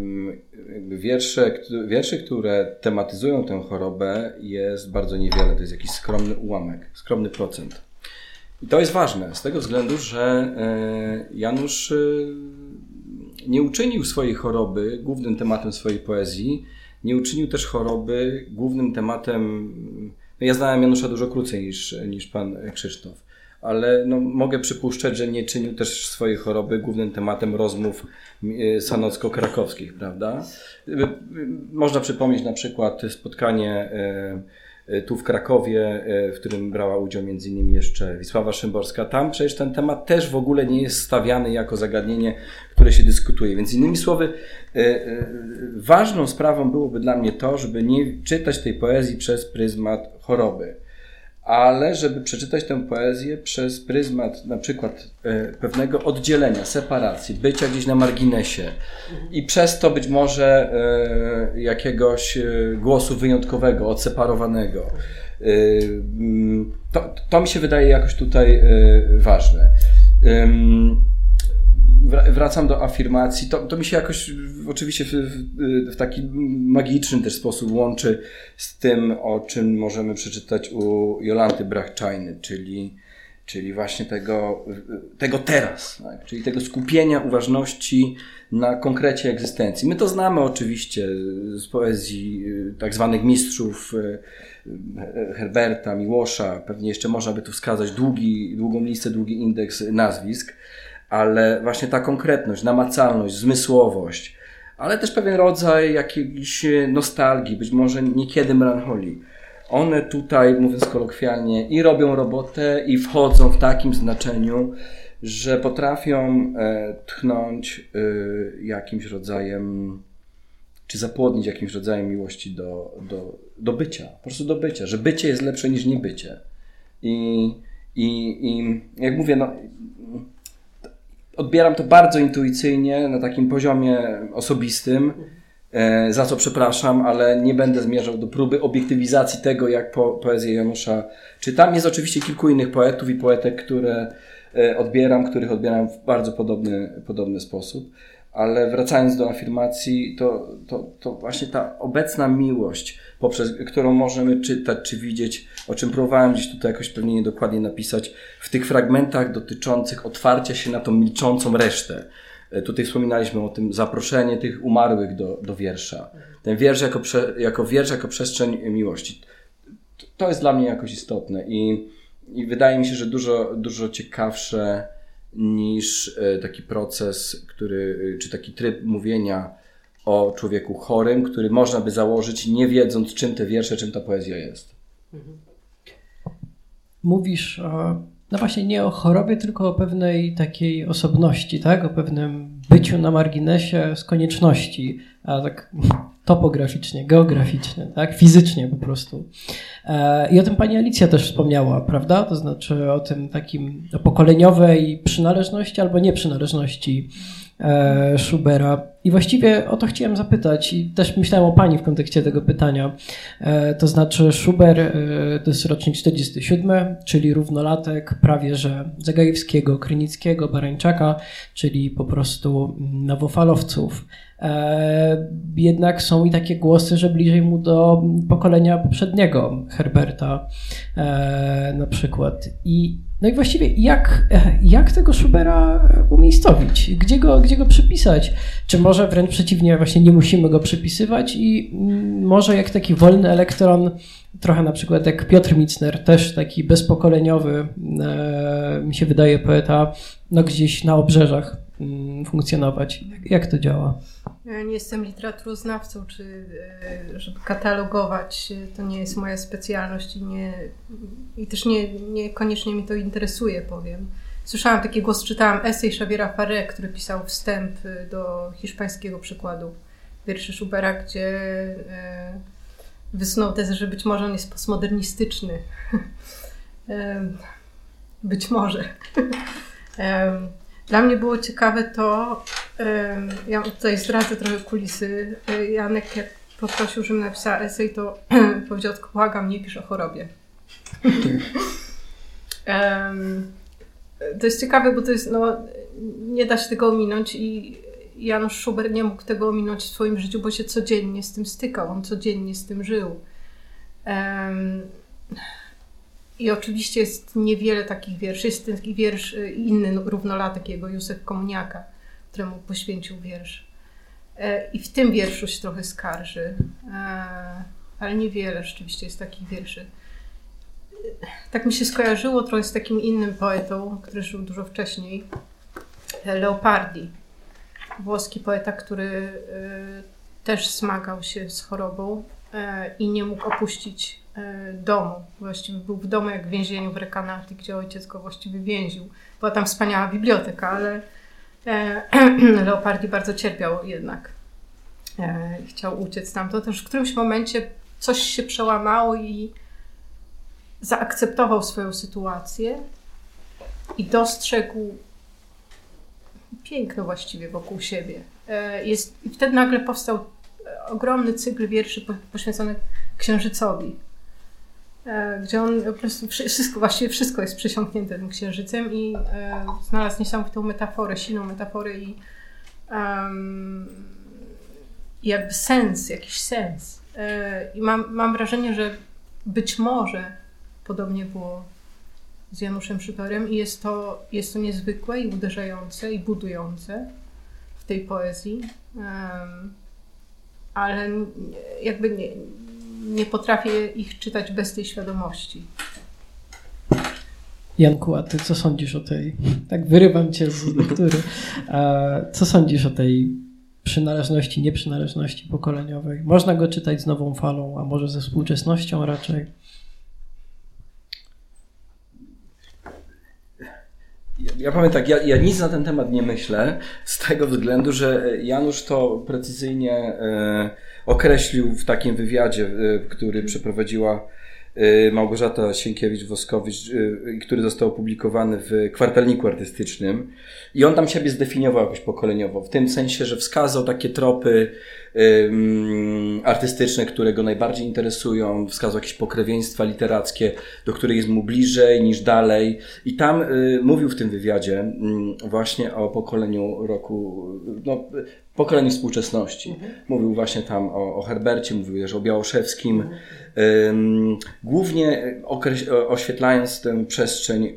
[SPEAKER 2] wiersze, które tematyzują tę chorobę, jest bardzo niewiele. To jest jakiś skromny ułamek, skromny procent. I to jest ważne z tego względu, że Janusz nie uczynił swojej choroby głównym tematem swojej poezji, nie uczynił też choroby głównym tematem. Ja znałem Janusza dużo krócej niż pan Krzysztof, ale mogę przypuszczać, że nie czynił też swojej choroby głównym tematem rozmów sanocko-krakowskich, prawda? Można przypomnieć na przykład spotkanie tu w Krakowie, w którym brała udział m.in. jeszcze Wisława Szymborska. Tam przecież ten temat też w ogóle nie jest stawiany jako zagadnienie, które się dyskutuje. Więc innymi słowy, ważną sprawą byłoby dla mnie to, żeby nie czytać tej poezji przez pryzmat choroby, ale żeby przeczytać tę poezję przez pryzmat na przykład pewnego oddzielenia, separacji, bycia gdzieś na marginesie i przez to być może jakiegoś głosu wyjątkowego, odseparowanego. To mi się wydaje jakoś tutaj ważne. Wracam do afirmacji. To mi się jakoś oczywiście w taki magiczny też sposób łączy z tym, o czym możemy przeczytać u Jolanty Brachczajny, czyli właśnie tego teraz, tak? Czyli tego skupienia uważności na konkrecie egzystencji. My to znamy oczywiście z poezji tak zwanych mistrzów Herberta, Miłosza, pewnie jeszcze można by tu wskazać długą listę, długi indeks nazwisk, ale właśnie ta konkretność, namacalność, zmysłowość, ale też pewien rodzaj jakiejś nostalgii, być może niekiedy melancholii. One tutaj, mówiąc kolokwialnie, i robią robotę, i wchodzą w takim znaczeniu, że potrafią tchnąć jakimś rodzajem, czy zapłodnić jakimś rodzajem miłości do bycia. Po prostu do bycia, że bycie jest lepsze niż niebycie. I jak mówię, odbieram to bardzo intuicyjnie, na takim poziomie osobistym, za co przepraszam, ale nie będę zmierzał do próby obiektywizacji tego, jak poezję Janusza czytam. Jest oczywiście kilku innych poetów i poetek, których odbieram w bardzo podobny sposób, ale wracając do afirmacji, to właśnie ta obecna miłość, poprzez którą możemy czytać czy widzieć, o czym próbowałem gdzieś tutaj jakoś pewnie niedokładnie napisać, w tych fragmentach dotyczących otwarcia się na tą milczącą resztę. Tutaj wspominaliśmy o tym zaproszenie tych umarłych do wiersza. Ten wiersz jako przestrzeń miłości. To jest dla mnie jakoś istotne i wydaje mi się, że dużo ciekawsze niż taki proces, czy taki tryb mówienia o człowieku chorym, który można by założyć, nie wiedząc, czym te wiersze, czym ta poezja jest.
[SPEAKER 1] Mówisz właśnie nie o chorobie, tylko o pewnej takiej osobności, tak? O pewnym byciu na marginesie z konieczności, a tak topograficznie, geograficznie, tak? Fizycznie po prostu. I o tym pani Alicja też wspomniała, prawda? To znaczy o tym takim pokoleniowej przynależności albo nieprzynależności Schubera. I właściwie o to chciałem zapytać i też myślałem o pani w kontekście tego pytania. To znaczy Schubert to jest rocznik 47, czyli równolatek prawie że Zagajewskiego, Krynickiego, Barańczaka, czyli po prostu nowofalowców. Jednak są i takie głosy, że bliżej mu do pokolenia poprzedniego, Herberta na przykład. No i właściwie jak tego Schubera umiejscowić? Gdzie go przypisać? Czy może wręcz przeciwnie, właśnie nie musimy go przypisywać i może jak taki wolny elektron, trochę na przykład jak Piotr Mitzner, też taki bezpokoleniowy, mi się wydaje, poeta, gdzieś na obrzeżach funkcjonować. Jak to działa?
[SPEAKER 3] Ja nie jestem literaturoznawcą, czy żeby katalogować, to nie jest moja specjalność i też niekoniecznie mi to interesuje, powiem. Słyszałam taki głos, czytałam esej Xaviera Farré, który pisał wstęp do hiszpańskiego przykładu wierszy Schubera, gdzie wysunął tezę, że być może on jest postmodernistyczny. Być może. Dla mnie było ciekawe to, ja tutaj zdradzę trochę kulisy, Janek jak poprosił, żebym napisała esej, to powiedział, tylko błagam, nie pisz o chorobie. To jest ciekawe, bo to jest, nie da się tego ominąć i Janusz Schubert nie mógł tego ominąć w swoim życiu, bo się codziennie z tym stykał, on codziennie z tym żył. I oczywiście jest niewiele takich wierszy. Jest taki wiersz, inny równolatek jego, Józef Komuniaka, któremu poświęcił wiersz. I w tym wierszu się trochę skarży, ale niewiele rzeczywiście jest takich wierszy. Tak mi się skojarzyło trochę z takim innym poetą, który żył dużo wcześniej, Leopardi. Włoski poeta, który też zmagał się z chorobą i nie mógł opuścić domu. Właściwie był w domu jak w więzieniu w Recanati, gdzie ojciec go właściwie więził. Była tam wspaniała biblioteka, ale Leopardi bardzo cierpiał jednak. Chciał uciec stamtąd. Też w którymś momencie coś się przełamało i zaakceptował swoją sytuację i dostrzegł piękno właściwie wokół siebie. I wtedy nagle powstał ogromny cykl wierszy poświęcony Księżycowi, gdzie on po prostu właściwie wszystko jest przesiąknięte tym księżycem i znalazł niesamowitą metaforę, silną metaforę i jakby sens, jakiś sens. I mam wrażenie, że być może podobnie było z Januszem Schubbertem i jest to niezwykłe i uderzające i budujące w tej poezji, ale jakby nie potrafię ich czytać bez tej świadomości.
[SPEAKER 1] Janku, a ty co sądzisz o tej, tak wyrywam cię z lektury, co sądzisz o tej przynależności, nieprzynależności pokoleniowej? Można go czytać z nową falą, a może ze współczesnością raczej?
[SPEAKER 2] Ja powiem tak, ja nic na ten temat nie myślę, z tego względu, że Janusz to precyzyjnie określił w takim wywiadzie, który przeprowadziła Małgorzata Sienkiewicz-Woskowicz, który został opublikowany w Kwartalniku Artystycznym i on tam siebie zdefiniował jakoś pokoleniowo, w tym sensie, że wskazał takie tropy artystyczne, które go najbardziej interesują, wskazał jakieś pokrewieństwa literackie, do których jest mu bliżej niż dalej i tam mówił w tym wywiadzie właśnie o pokoleniu roku, pokoleniu współczesności. Mówił właśnie tam o Herbercie, mówił też o Białoszewskim, głównie oświetlając tę przestrzeń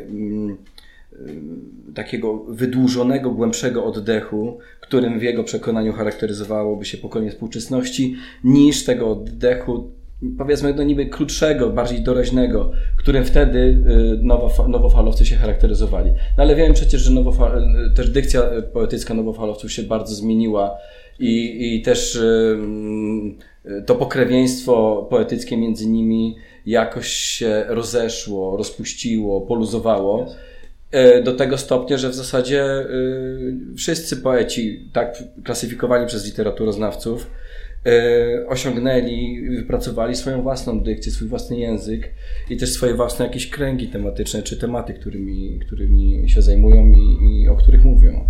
[SPEAKER 2] takiego wydłużonego, głębszego oddechu, którym w jego przekonaniu charakteryzowałoby się pokolenie współczesności, niż tego oddechu, powiedzmy, niby krótszego, bardziej doraźnego, którym wtedy nowofalowcy się charakteryzowali. No ale wiemy przecież, że też dykcja poetycka nowofalowców się bardzo zmieniła i też to pokrewieństwo poetyckie między nimi jakoś się rozeszło, rozpuściło, poluzowało. Do tego stopnia, że w zasadzie wszyscy poeci, tak klasyfikowani przez literaturoznawców, osiągnęli, wypracowali swoją własną dykcję, swój własny język i też swoje własne jakieś kręgi tematyczne, czy tematy, którymi się zajmują i o których mówią.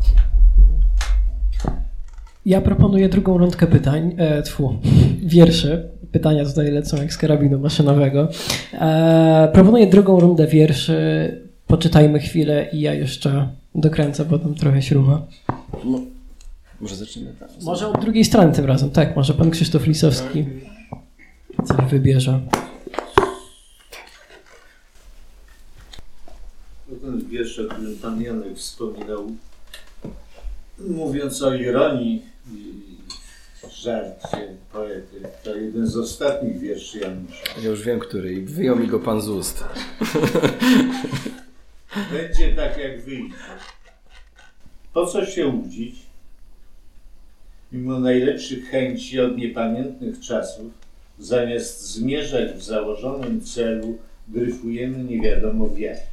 [SPEAKER 1] Ja proponuję drugą rundkę pytań, wierszy. Pytania tutaj lecą jak z karabinu maszynowego. Proponuję drugą rundę wierszy. Poczytajmy chwilę i ja jeszcze dokręcę, bo tam trochę śruba.
[SPEAKER 2] Może zacznijmy tam.
[SPEAKER 1] Może od drugiej strony tym razem. Tak, może pan Krzysztof Lisowski coś wybierze.
[SPEAKER 5] Ten wiersz, o którym pan Janek wspominał, mówiąc o ironii i żarcie poety, to jeden z ostatnich wierszy Janusza.
[SPEAKER 2] Ja już wiem, który i wyjął mi go pan z ust.
[SPEAKER 5] Będzie tak, jak wyjdzie. Po co się łudzić? Mimo najlepszych chęci od niepamiętnych czasów, zamiast zmierzać w założonym celu, dryfujemy nie wiadomo w jakim.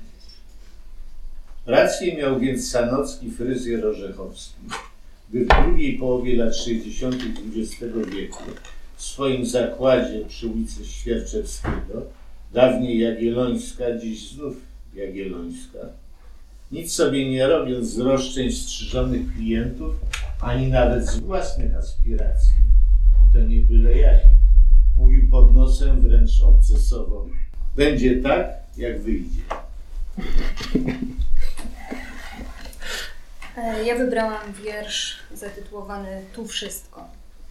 [SPEAKER 5] Rację miał więc sanocki fryzjer Orzechowski, gdy w drugiej połowie lat 60. XX wieku w swoim zakładzie przy ulicy Świerczewskiego, dawniej Jagiellońska, dziś znów Jagiellońska, nic sobie nie robiąc z roszczeń strzyżonych klientów, ani nawet z własnych aspiracji, to nie byle jaki. Mówił pod nosem, wręcz obcesował. Będzie tak, jak wyjdzie.
[SPEAKER 4] Ja wybrałam wiersz zatytułowany Tu wszystko.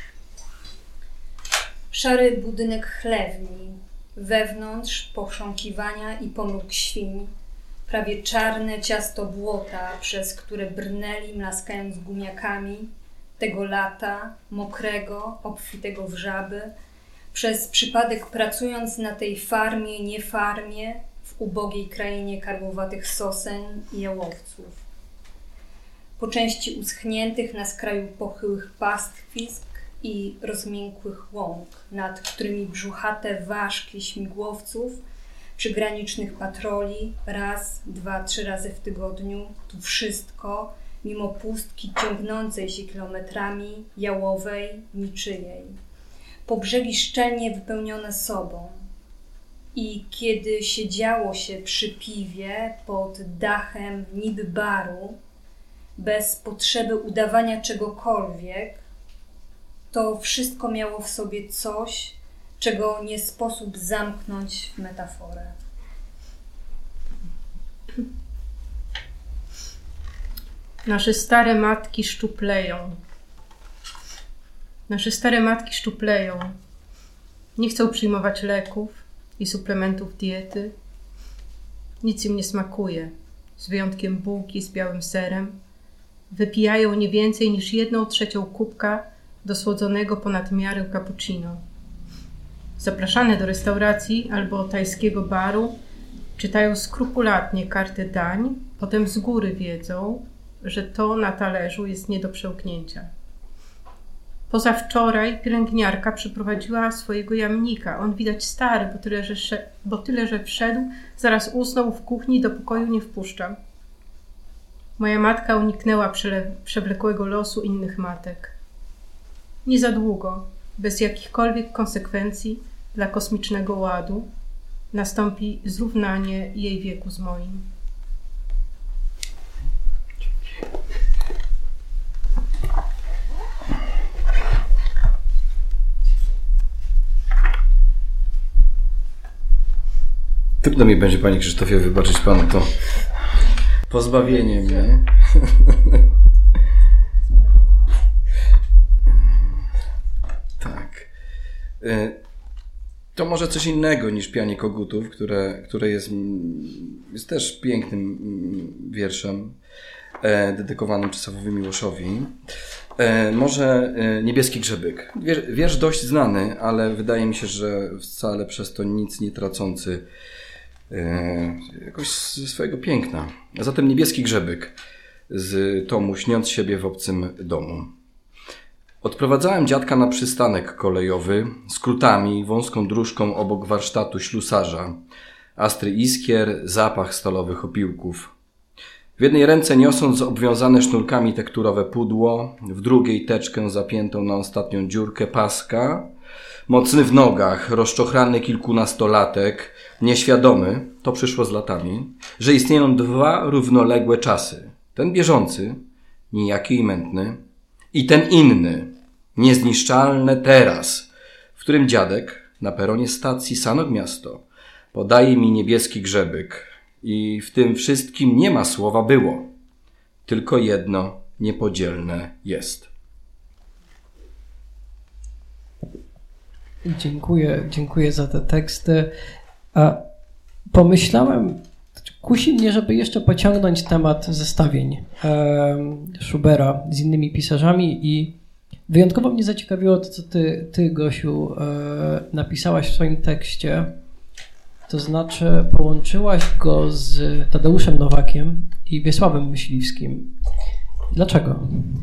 [SPEAKER 4] Szary budynek chlewni, wewnątrz pochrząkiwania i pomruk świń, prawie czarne ciasto błota, przez które brnęli, mlaskając gumiakami, tego lata, mokrego, obfitego w żaby, przez przypadek pracując na tej farmie, nie farmie, w ubogiej krainie karłowatych sosen i jałowców. Po części uschniętych na skraju pochyłych pastwisk i rozmiękłych łąk, nad którymi brzuchate ważki śmigłowców przygranicznych patroli raz, 2, 3 razy w tygodniu, tu wszystko, mimo pustki ciągnącej się kilometrami, jałowej, niczyjej. Po brzegi szczelnie wypełnione sobą. I kiedy siedziało się przy piwie pod dachem niby baru, bez potrzeby udawania czegokolwiek, to wszystko miało w sobie coś, czego nie sposób zamknąć w metaforę.
[SPEAKER 3] Nasze stare matki szczupleją. Nasze stare matki szczupleją. Nie chcą przyjmować leków i suplementów diety. Nic im nie smakuje, z wyjątkiem bułki z białym serem. Wypijają nie więcej niż 1/3 kubka dosłodzonego ponad miarę cappuccino. Zapraszane do restauracji albo tajskiego baru, czytają skrupulatnie kartę dań, potem z góry wiedzą, że to na talerzu jest nie do przełknięcia. Pozawczoraj pielęgniarka przyprowadziła swojego jamnika. On widać stary, bo tyle, że wszedł, zaraz usnął w kuchni, do pokoju nie wpuszczam. Moja matka uniknęła przewlekłego losu innych matek. Nie za długo, bez jakichkolwiek konsekwencji dla kosmicznego ładu, nastąpi zrównanie jej wieku z moim.
[SPEAKER 2] Trudno mi będzie, Panie Krzysztofie, wybaczyć Panu to pozbawienie mnie. Tak. To może coś innego niż Pianie Kogutów, które jest też pięknym wierszem dedykowanym Czesławowi Miłoszowi. Może Niebieski grzebyk. Wiersz dość znany, ale wydaje mi się, że wcale przez to nic nie tracący jakoś ze swojego piękna. A zatem Niebieski grzebyk z tomu Śniąc siebie w obcym domu. Odprowadzałem dziadka na przystanek kolejowy, skrótami, wąską dróżką obok warsztatu ślusarza. Astry iskier, zapach stalowych opiłków. W jednej ręce niosąc obwiązane sznurkami tekturowe pudło, w drugiej teczkę zapiętą na ostatnią dziurkę paska, mocny w nogach, rozczochrany kilkunastolatek, nieświadomy, to przyszło z latami, że istnieją dwa równoległe czasy. Ten bieżący, nijaki i mętny, i ten inny, niezniszczalne teraz, w którym dziadek na peronie stacji Sanok Miasto podaje mi niebieski grzebyk i w tym wszystkim nie ma słowa było, tylko jedno niepodzielne jest.
[SPEAKER 1] Dziękuję za te teksty. A pomyślałem, kusi mnie, żeby jeszcze pociągnąć temat zestawień Schubera z innymi pisarzami i wyjątkowo mnie zaciekawiło to, co ty Gosiu, napisałaś w swoim tekście. To znaczy połączyłaś go z Tadeuszem Nowakiem i Wiesławem Myśliwskim. Dlaczego?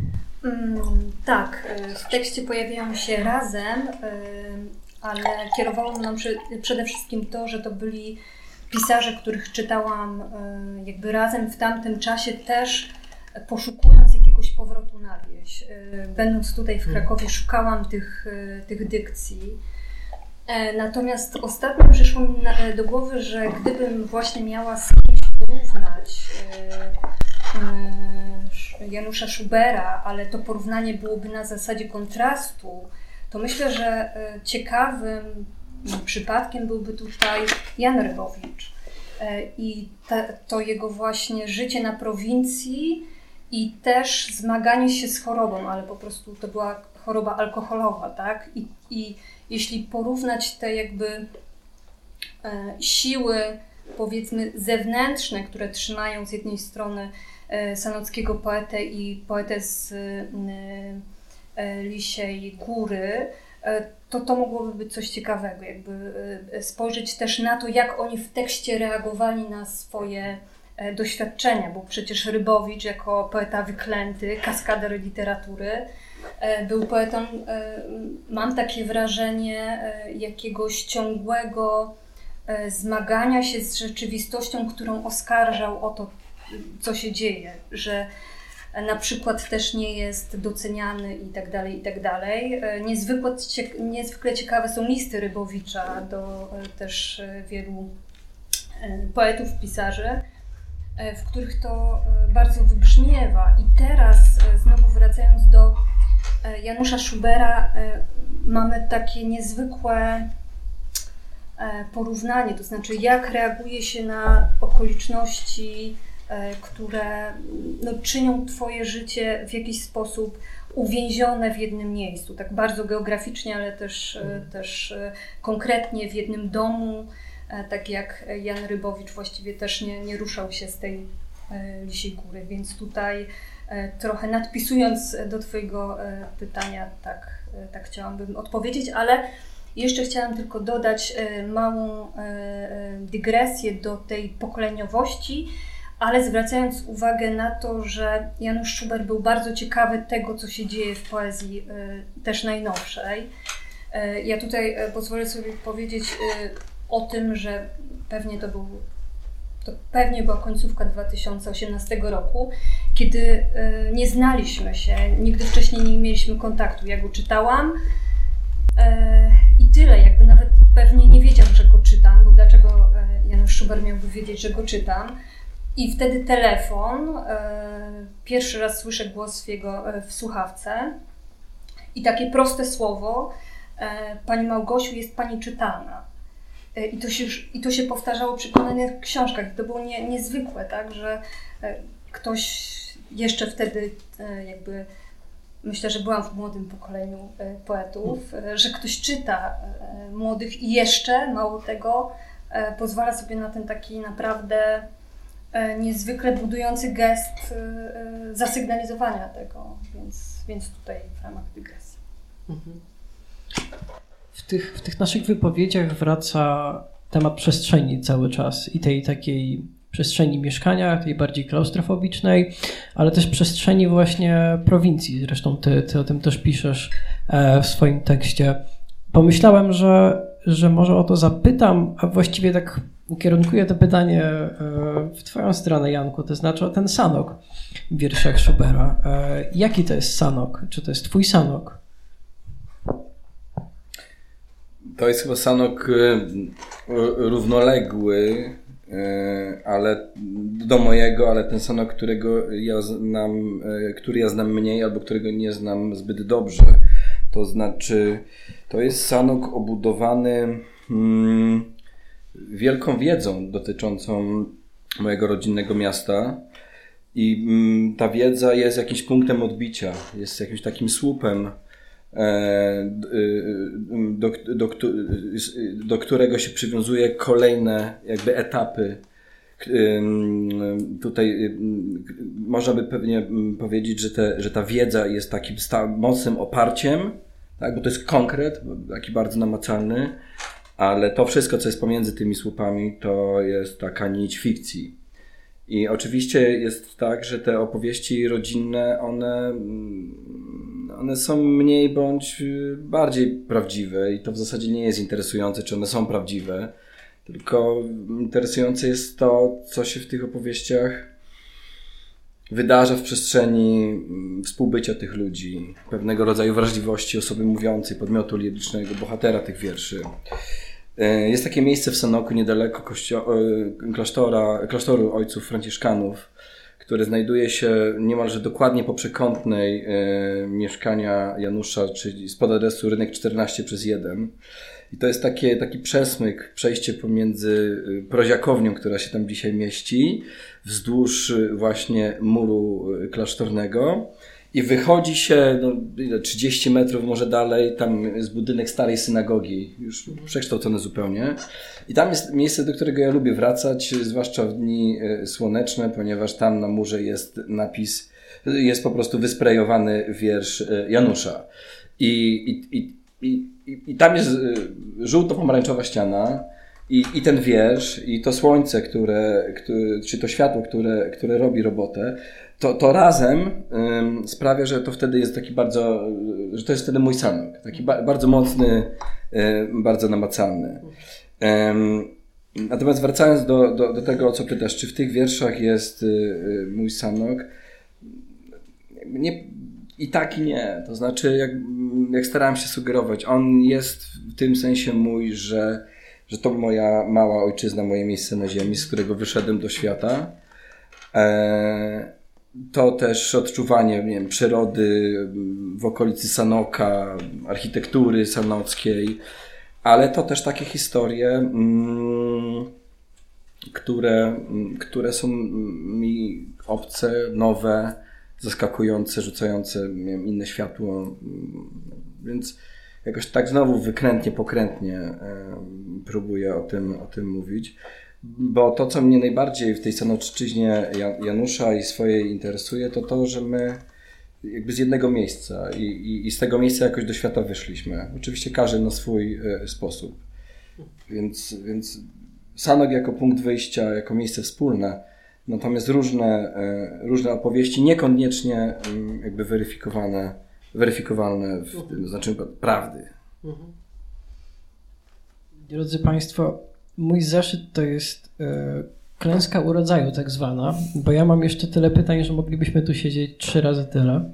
[SPEAKER 4] Tak, w tekście pojawiają się razem, ale kierowało mną przede wszystkim to, że to byli pisarze, których czytałam jakby razem w tamtym czasie też poszukując jakiegoś powrotu na wieś. Będąc tutaj w Krakowie szukałam tych dykcji. Natomiast ostatnio przyszło mi do głowy, że gdybym właśnie miała z kimś porównać Janusza Schubera, ale to porównanie byłoby na zasadzie kontrastu, to myślę, że ciekawym przypadkiem byłby tutaj Jan Rybowicz i to jego właśnie życie na prowincji i też zmaganie się z chorobą, ale po prostu to była choroba alkoholowa, tak? I jeśli porównać te jakby siły, powiedzmy, zewnętrzne, które trzymają z jednej strony sanockiego poetę i poetę z Lisiej Góry, to mogłoby być coś ciekawego, jakby spojrzeć też na to, jak oni w tekście reagowali na swoje doświadczenia, bo przecież Rybowicz jako poeta wyklęty, kaskader literatury, był poetą, mam takie wrażenie, jakiegoś ciągłego zmagania się z rzeczywistością, którą oskarżał o to, co się dzieje, że na przykład też nie jest doceniany i tak dalej. Niezwykle ciekawe są listy Rybowicza do też wielu poetów, pisarzy, w których to bardzo wybrzmiewa. I teraz, znowu wracając do Janusza Schubera, mamy takie niezwykłe porównanie, to znaczy jak reaguje się na okoliczności, które czynią twoje życie w jakiś sposób uwięzione w jednym miejscu, tak bardzo geograficznie, ale też konkretnie w jednym domu, tak jak Jan Rybowicz właściwie też nie ruszał się z tej Lisiej Góry, więc tutaj trochę nadpisując do twojego pytania, tak chciałabym odpowiedzieć, ale jeszcze chciałam tylko dodać małą dygresję do tej pokoleniowości, ale zwracając uwagę na to, że Janusz Schubert był bardzo ciekawy tego, co się dzieje w poezji też najnowszej. Ja tutaj pozwolę sobie powiedzieć o tym, że pewnie była końcówka 2018 roku, kiedy nie znaliśmy się, nigdy wcześniej nie mieliśmy kontaktu. Ja go czytałam i tyle, jakby nawet pewnie nie wiedział, że go czytam, bo dlaczego Janusz Schubert miałby wiedzieć, że go czytam. I wtedy telefon, pierwszy raz słyszę głos w słuchawce i takie proste słowo: Pani Małgosiu, jest Pani czytana. I to się powtarzało przy kolejnych książkach. To było niezwykłe, tak, że ktoś jeszcze wtedy jakby, myślę, że byłam w młodym pokoleniu poetów, że ktoś czyta młodych i jeszcze, mało tego, pozwala sobie na ten taki naprawdę niezwykle budujący gest zasygnalizowania tego, więc tutaj w ramach dygresji.
[SPEAKER 1] W tych naszych wypowiedziach wraca temat przestrzeni cały czas i tej takiej przestrzeni mieszkania, tej bardziej klaustrofobicznej, ale też przestrzeni właśnie prowincji. Zresztą ty o tym też piszesz w swoim tekście. Pomyślałem, że może o to zapytam, a właściwie tak ukierunkuję to pytanie w twoją stronę, Janku, to znaczy o ten sanok w wierszach Schubera. Jaki to jest sanok? Czy to jest twój sanok?
[SPEAKER 2] To jest chyba sanok równoległy, ale do mojego, ale ten sanok, który ja znam mniej albo którego nie znam zbyt dobrze. To znaczy, to jest sanok obudowany wielką wiedzą dotyczącą mojego rodzinnego miasta i ta wiedza jest jakimś punktem odbicia, jest jakimś takim słupem, do którego się przywiązuje kolejne jakby etapy. Tutaj można by pewnie powiedzieć, że ta wiedza jest takim mocnym oparciem, tak? Bo to jest konkret, taki bardzo namacalny, ale to wszystko, co jest pomiędzy tymi słupami, to jest taka nić fikcji. I oczywiście jest tak, że te opowieści rodzinne, one są mniej bądź bardziej prawdziwe i to w zasadzie nie jest interesujące, czy one są prawdziwe, tylko interesujące jest to, co się w tych opowieściach wydarza w przestrzeni współbycia tych ludzi, pewnego rodzaju wrażliwości osoby mówiącej, podmiotu lirycznego, bohatera tych wierszy. Jest takie miejsce w Sanoku niedaleko klasztoru ojców franciszkanów, które znajduje się niemalże dokładnie po przekątnej mieszkania Janusza, czyli spod adresu Rynek 14/1. I to jest taki przesmyk, przejście pomiędzy Proziakownią, która się tam dzisiaj mieści, wzdłuż właśnie muru klasztornego. I wychodzi się 30 metrów może dalej, tam jest budynek starej synagogi, już przekształcony zupełnie. I tam jest miejsce, do którego ja lubię wracać, zwłaszcza w dni słoneczne, ponieważ tam na murze jest napis, jest po prostu wysprejowany wiersz Janusza. I tam jest żółto-pomarańczowa ściana i ten wiersz, i to słońce, czy to światło, które robi robotę, to razem sprawia, że to wtedy jest że to jest wtedy mój Sanok, taki bardzo mocny, bardzo namacalny. Natomiast wracając do tego, o co pytasz, czy w tych wierszach jest mój Sanok? I tak i nie. To znaczy, jak starałem się sugerować, on jest w tym sensie mój, że to moja mała ojczyzna, moje miejsce na ziemi, z którego wyszedłem do świata. To też odczuwanie, nie wiem, przyrody w okolicy Sanoka, architektury sanockiej, ale to też takie historie, które są mi obce, nowe, zaskakujące, rzucające, nie wiem, inne światło, więc jakoś tak znowu wykrętnie, pokrętnie próbuję o tym mówić, bo to, co mnie najbardziej w tej Sanoczyźnie Janusza i swojej interesuje, to to, że my jakby z jednego miejsca i z tego miejsca jakoś do świata wyszliśmy. Oczywiście każdy na swój sposób. Więc Sanok jako punkt wyjścia, jako miejsce wspólne, natomiast różne opowieści niekoniecznie jakby weryfikowalne w tym znaczeniu prawdy.
[SPEAKER 1] Drodzy Państwo, mój zeszyt to jest klęska urodzaju tak zwana, bo ja mam jeszcze tyle pytań, że moglibyśmy tu siedzieć 3 razy tyle.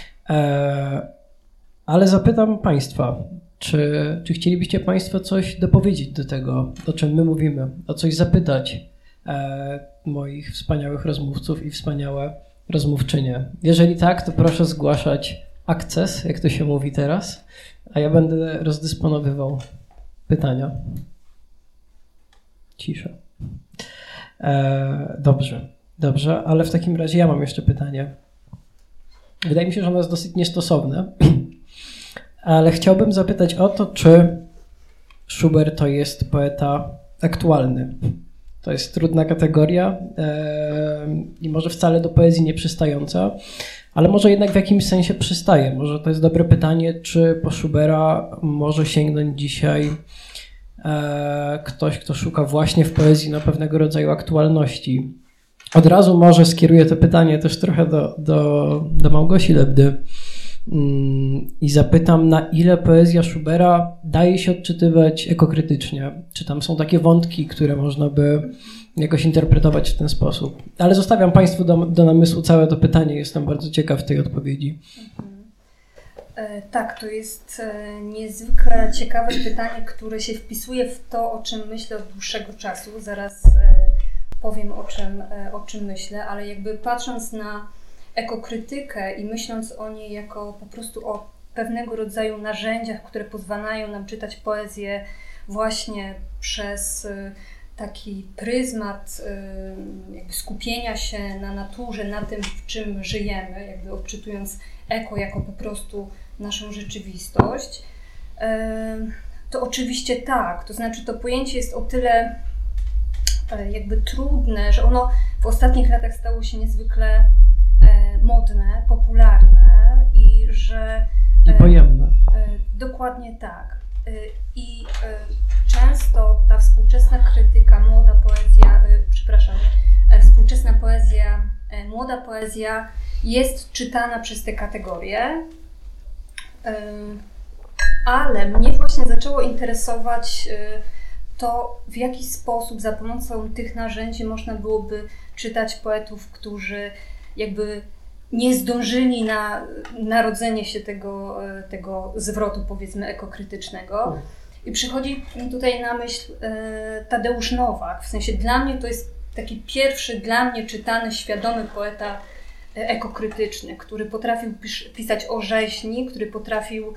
[SPEAKER 1] Ale zapytam Państwa, czy chcielibyście Państwo coś dopowiedzieć do tego, o czym my mówimy, o coś zapytać moich wspaniałych rozmówców i wspaniałe rozmówczynie. Jeżeli tak, to proszę zgłaszać akces, jak to się mówi teraz, a ja będę rozdysponowywał pytania. Cisza. Dobrze, ale w takim razie ja mam jeszcze pytanie. Wydaje mi się, że ono jest dosyć niestosowne, ale chciałbym zapytać o to, czy Schubert to jest poeta aktualny. To jest trudna kategoria i może wcale do poezji nie przystająca, ale może jednak w jakimś sensie przystaje. Może to jest dobre pytanie, czy po Schubera może sięgnąć dzisiaj ktoś, kto szuka właśnie w poezji na pewnego rodzaju aktualności. Od razu może skieruję to pytanie też trochę do Małgosi Lebdy i zapytam, na ile poezja Schubera daje się odczytywać ekokrytycznie. Czy tam są takie wątki, które można by jakoś interpretować w ten sposób. Ale zostawiam Państwu do namysłu całe to pytanie. Jestem bardzo ciekaw tej odpowiedzi.
[SPEAKER 4] Tak, to jest niezwykle ciekawe pytanie, które się wpisuje w to, o czym myślę od dłuższego czasu. Zaraz powiem, o czym myślę, ale jakby patrząc na ekokrytykę i myśląc o niej jako po prostu o pewnego rodzaju narzędziach, które pozwalają nam czytać poezję właśnie przez taki pryzmat jakby skupienia się na naturze, na tym, w czym żyjemy, jakby odczytując eko jako po prostu naszą rzeczywistość, to oczywiście tak. To znaczy to pojęcie jest o tyle jakby trudne, że ono w ostatnich latach stało się niezwykle modne, popularne i że...
[SPEAKER 1] I pojemne.
[SPEAKER 4] Dokładnie tak. I często ta współczesna krytyka, współczesna poezja, młoda poezja jest czytana przez te kategorie, ale mnie właśnie zaczęło interesować to, w jaki sposób za pomocą tych narzędzi można byłoby czytać poetów, którzy jakby nie zdążyli na narodzenie się tego zwrotu, powiedzmy, ekokrytycznego. I przychodzi mi tutaj na myśl Tadeusz Nowak. W sensie dla mnie to jest taki pierwszy dla mnie czytany, świadomy poeta ekokrytyczny, który potrafił pisać o rzeźni, który potrafił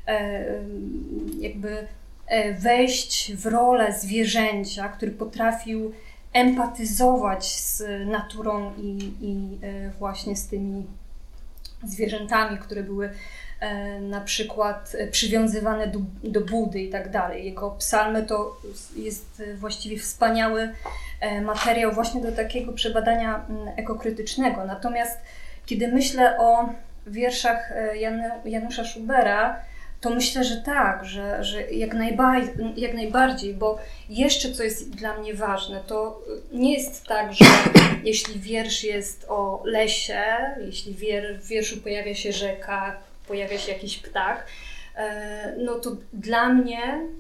[SPEAKER 4] jakby wejść w rolę zwierzęcia, który potrafił empatyzować z naturą i właśnie z tymi zwierzętami, które były na przykład przywiązywane do Budy i tak dalej. Jego psalmy to jest właściwie wspaniały materiał właśnie do takiego przebadania ekokrytycznego. Natomiast kiedy myślę o wierszach Janusza Schubera, to myślę, że tak, że jak najbardziej, bo jeszcze co jest dla mnie ważne, to nie jest tak, że jeśli wiersz jest o lesie, jeśli w wierszu pojawia się rzeka, pojawia się jakiś ptak, no to dla mnie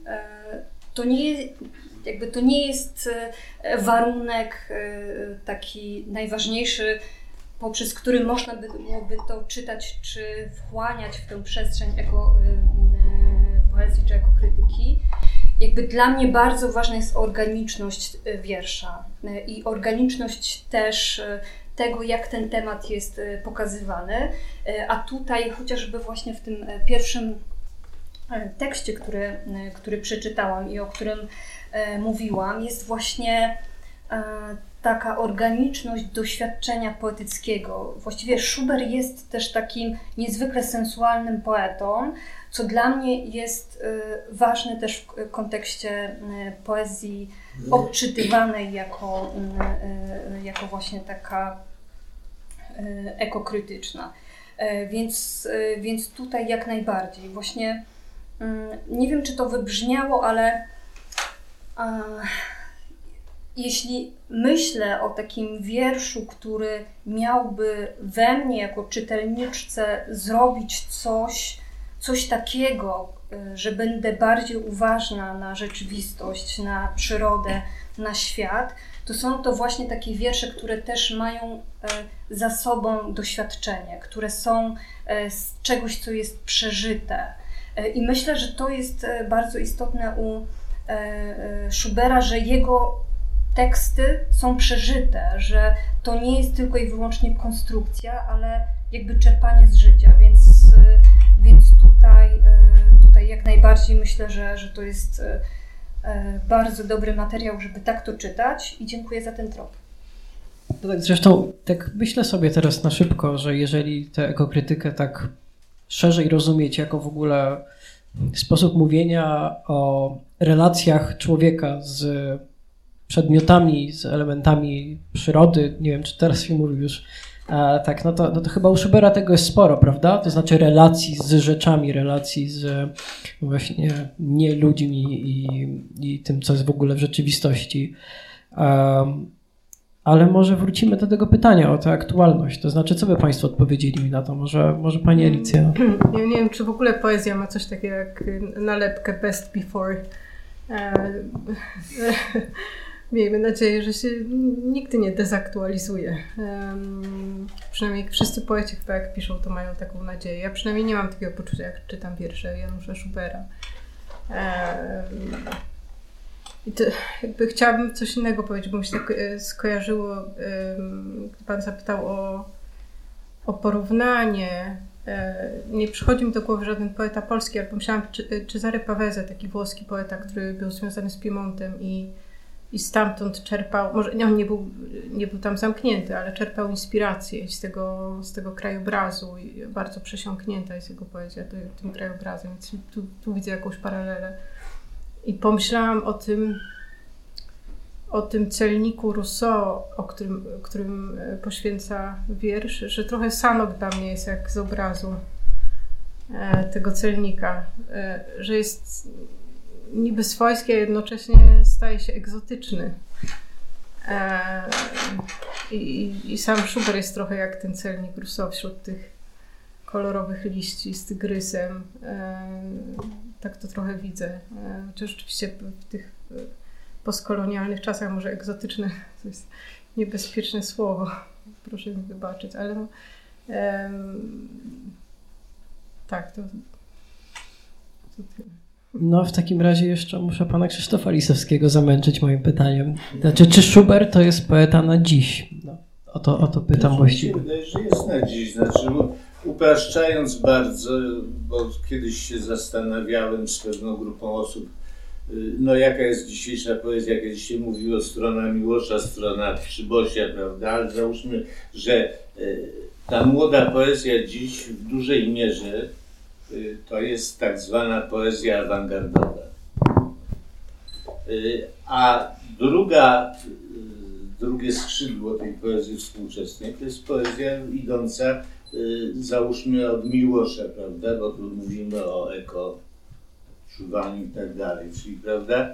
[SPEAKER 4] to nie jest warunek taki najważniejszy, poprzez który można byłoby to czytać, czy wchłaniać w tę przestrzeń poezji czy ekokrytyki. Jakby dla mnie bardzo ważna jest organiczność wiersza i organiczność też tego, jak ten temat jest pokazywany. A tutaj chociażby właśnie w tym pierwszym tekście, który przeczytałam i o którym mówiłam, jest właśnie taka organiczność doświadczenia poetyckiego. Właściwie Schubert jest też takim niezwykle sensualnym poetą, co dla mnie jest ważne też w kontekście poezji odczytywanej jako właśnie taka ekokrytyczna. Więc tutaj jak najbardziej. Właśnie nie wiem, czy to wybrzmiało, ale jeśli myślę o takim wierszu, który miałby we mnie jako czytelniczce zrobić coś takiego, że będę bardziej uważna na rzeczywistość, na przyrodę, na świat, to są to właśnie takie wiersze, które też mają za sobą doświadczenie, które są z czegoś, co jest przeżyte. I myślę, że to jest bardzo istotne u Schubera, że jego teksty są przeżyte, że to nie jest tylko i wyłącznie konstrukcja, ale jakby czerpanie z życia, więc tutaj jak najbardziej myślę, że to jest bardzo dobry materiał, żeby tak to czytać i dziękuję za ten trop.
[SPEAKER 1] No tak, zresztą tak myślę sobie teraz na szybko, że jeżeli tę ekokrytykę tak szerzej rozumieć jako w ogóle sposób mówienia o relacjach człowieka z przedmiotami, z elementami przyrody, nie wiem, czy teraz się mówi już tak, no to chyba u Schubera tego jest sporo, prawda? To znaczy relacji z rzeczami, relacji z właśnie nie ludźmi i tym, co jest w ogóle w rzeczywistości. Ale może wrócimy do tego pytania o tę aktualność. To znaczy, co by Państwo odpowiedzieli mi na to? Może Pani Alicja?
[SPEAKER 3] Ja nie wiem, czy w ogóle poezja ma coś takiego jak nalepkę best before. Miejmy nadzieję, że się nigdy nie dezaktualizuje. Przynajmniej wszyscy poeci chyba jak piszą, to mają taką nadzieję. Ja przynajmniej nie mam takiego poczucia, jak czytam wiersze Janusza Schubera. I to jakby chciałabym coś innego powiedzieć, bo mi się tak skojarzyło, gdy Pan zapytał o porównanie. Nie przychodzi mi do głowy żaden poeta polski, ale pomyślałam Cesare Pavese, taki włoski poeta, który był związany z Piemontem i stamtąd czerpał, może on nie był tam zamknięty, ale czerpał inspirację z tego krajobrazu i bardzo przesiąknięta jest jego poezja tym krajobrazem, więc tu widzę jakąś paralelę. I pomyślałam o tym celniku Rousseau, którym poświęca wiersz, że trochę Sanok dla mnie jest jak z obrazu tego celnika, że jest niby swojski, a jednocześnie staje się egzotyczny. I sam Schubert jest trochę jak ten celnik Rousseau wśród tych kolorowych liści z tygrysem. Tak to trochę widzę. Chociaż oczywiście w tych postkolonialnych czasach może egzotyczne to jest niebezpieczne słowo. Proszę mi wybaczyć, ale tak, to tyle.
[SPEAKER 1] No w takim razie jeszcze muszę pana Krzysztofa Lisowskiego zamęczyć moim pytaniem. Znaczy, czy Schubert to jest poeta na dziś? No, o to pytam właściwie.
[SPEAKER 5] Wydaje, że jest na dziś. Znaczy, upraszczając bardzo, bo kiedyś się zastanawiałem z pewną grupą osób, no jaka jest dzisiejsza poezja, kiedyś się mówiło strona Miłosza, strona Przybosia, prawda? Ale załóżmy, że ta młoda poezja dziś w dużej mierze to jest tak zwana poezja awangardowa. A drugie skrzydło tej poezji współczesnej to jest poezja idąca, załóżmy, od Miłosza, prawda? Bo tu mówimy o czuwaniu i tak dalej, czyli, prawda,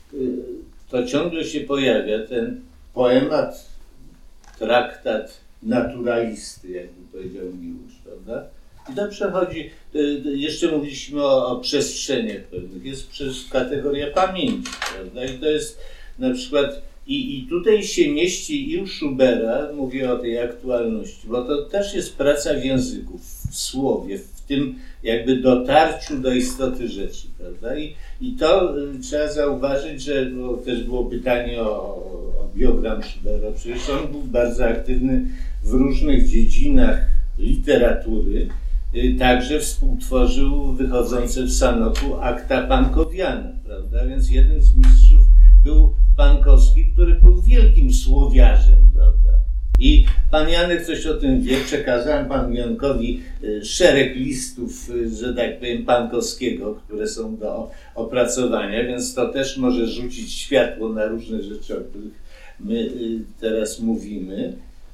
[SPEAKER 5] to ciągle się pojawia ten poemat, traktat naturalisty, jakby powiedział Miłosz, prawda? I to przechodzi, jeszcze mówiliśmy o przestrzeniach pewnych, jest przez kategoria pamięci, prawda? I to jest na przykład, i tutaj się mieści i u Schubera, mówię o tej aktualności, bo to też jest praca w języku, w słowie, w tym jakby dotarciu do istoty rzeczy, prawda? I to trzeba zauważyć, że też było pytanie o biogram Schubera, przecież on był bardzo aktywny w różnych dziedzinach literatury, także współtworzył wychodzące w Sanoku akta Pankowiana, prawda? Więc jeden z mistrzów był Pankowski, który był wielkim słowiarzem, prawda? I pan Janek coś o tym wie, przekazałem panu Jankowi szereg listów, że tak powiem, Pankowskiego, które są do opracowania, więc to też może rzucić światło na różne rzeczy, o których my teraz mówimy.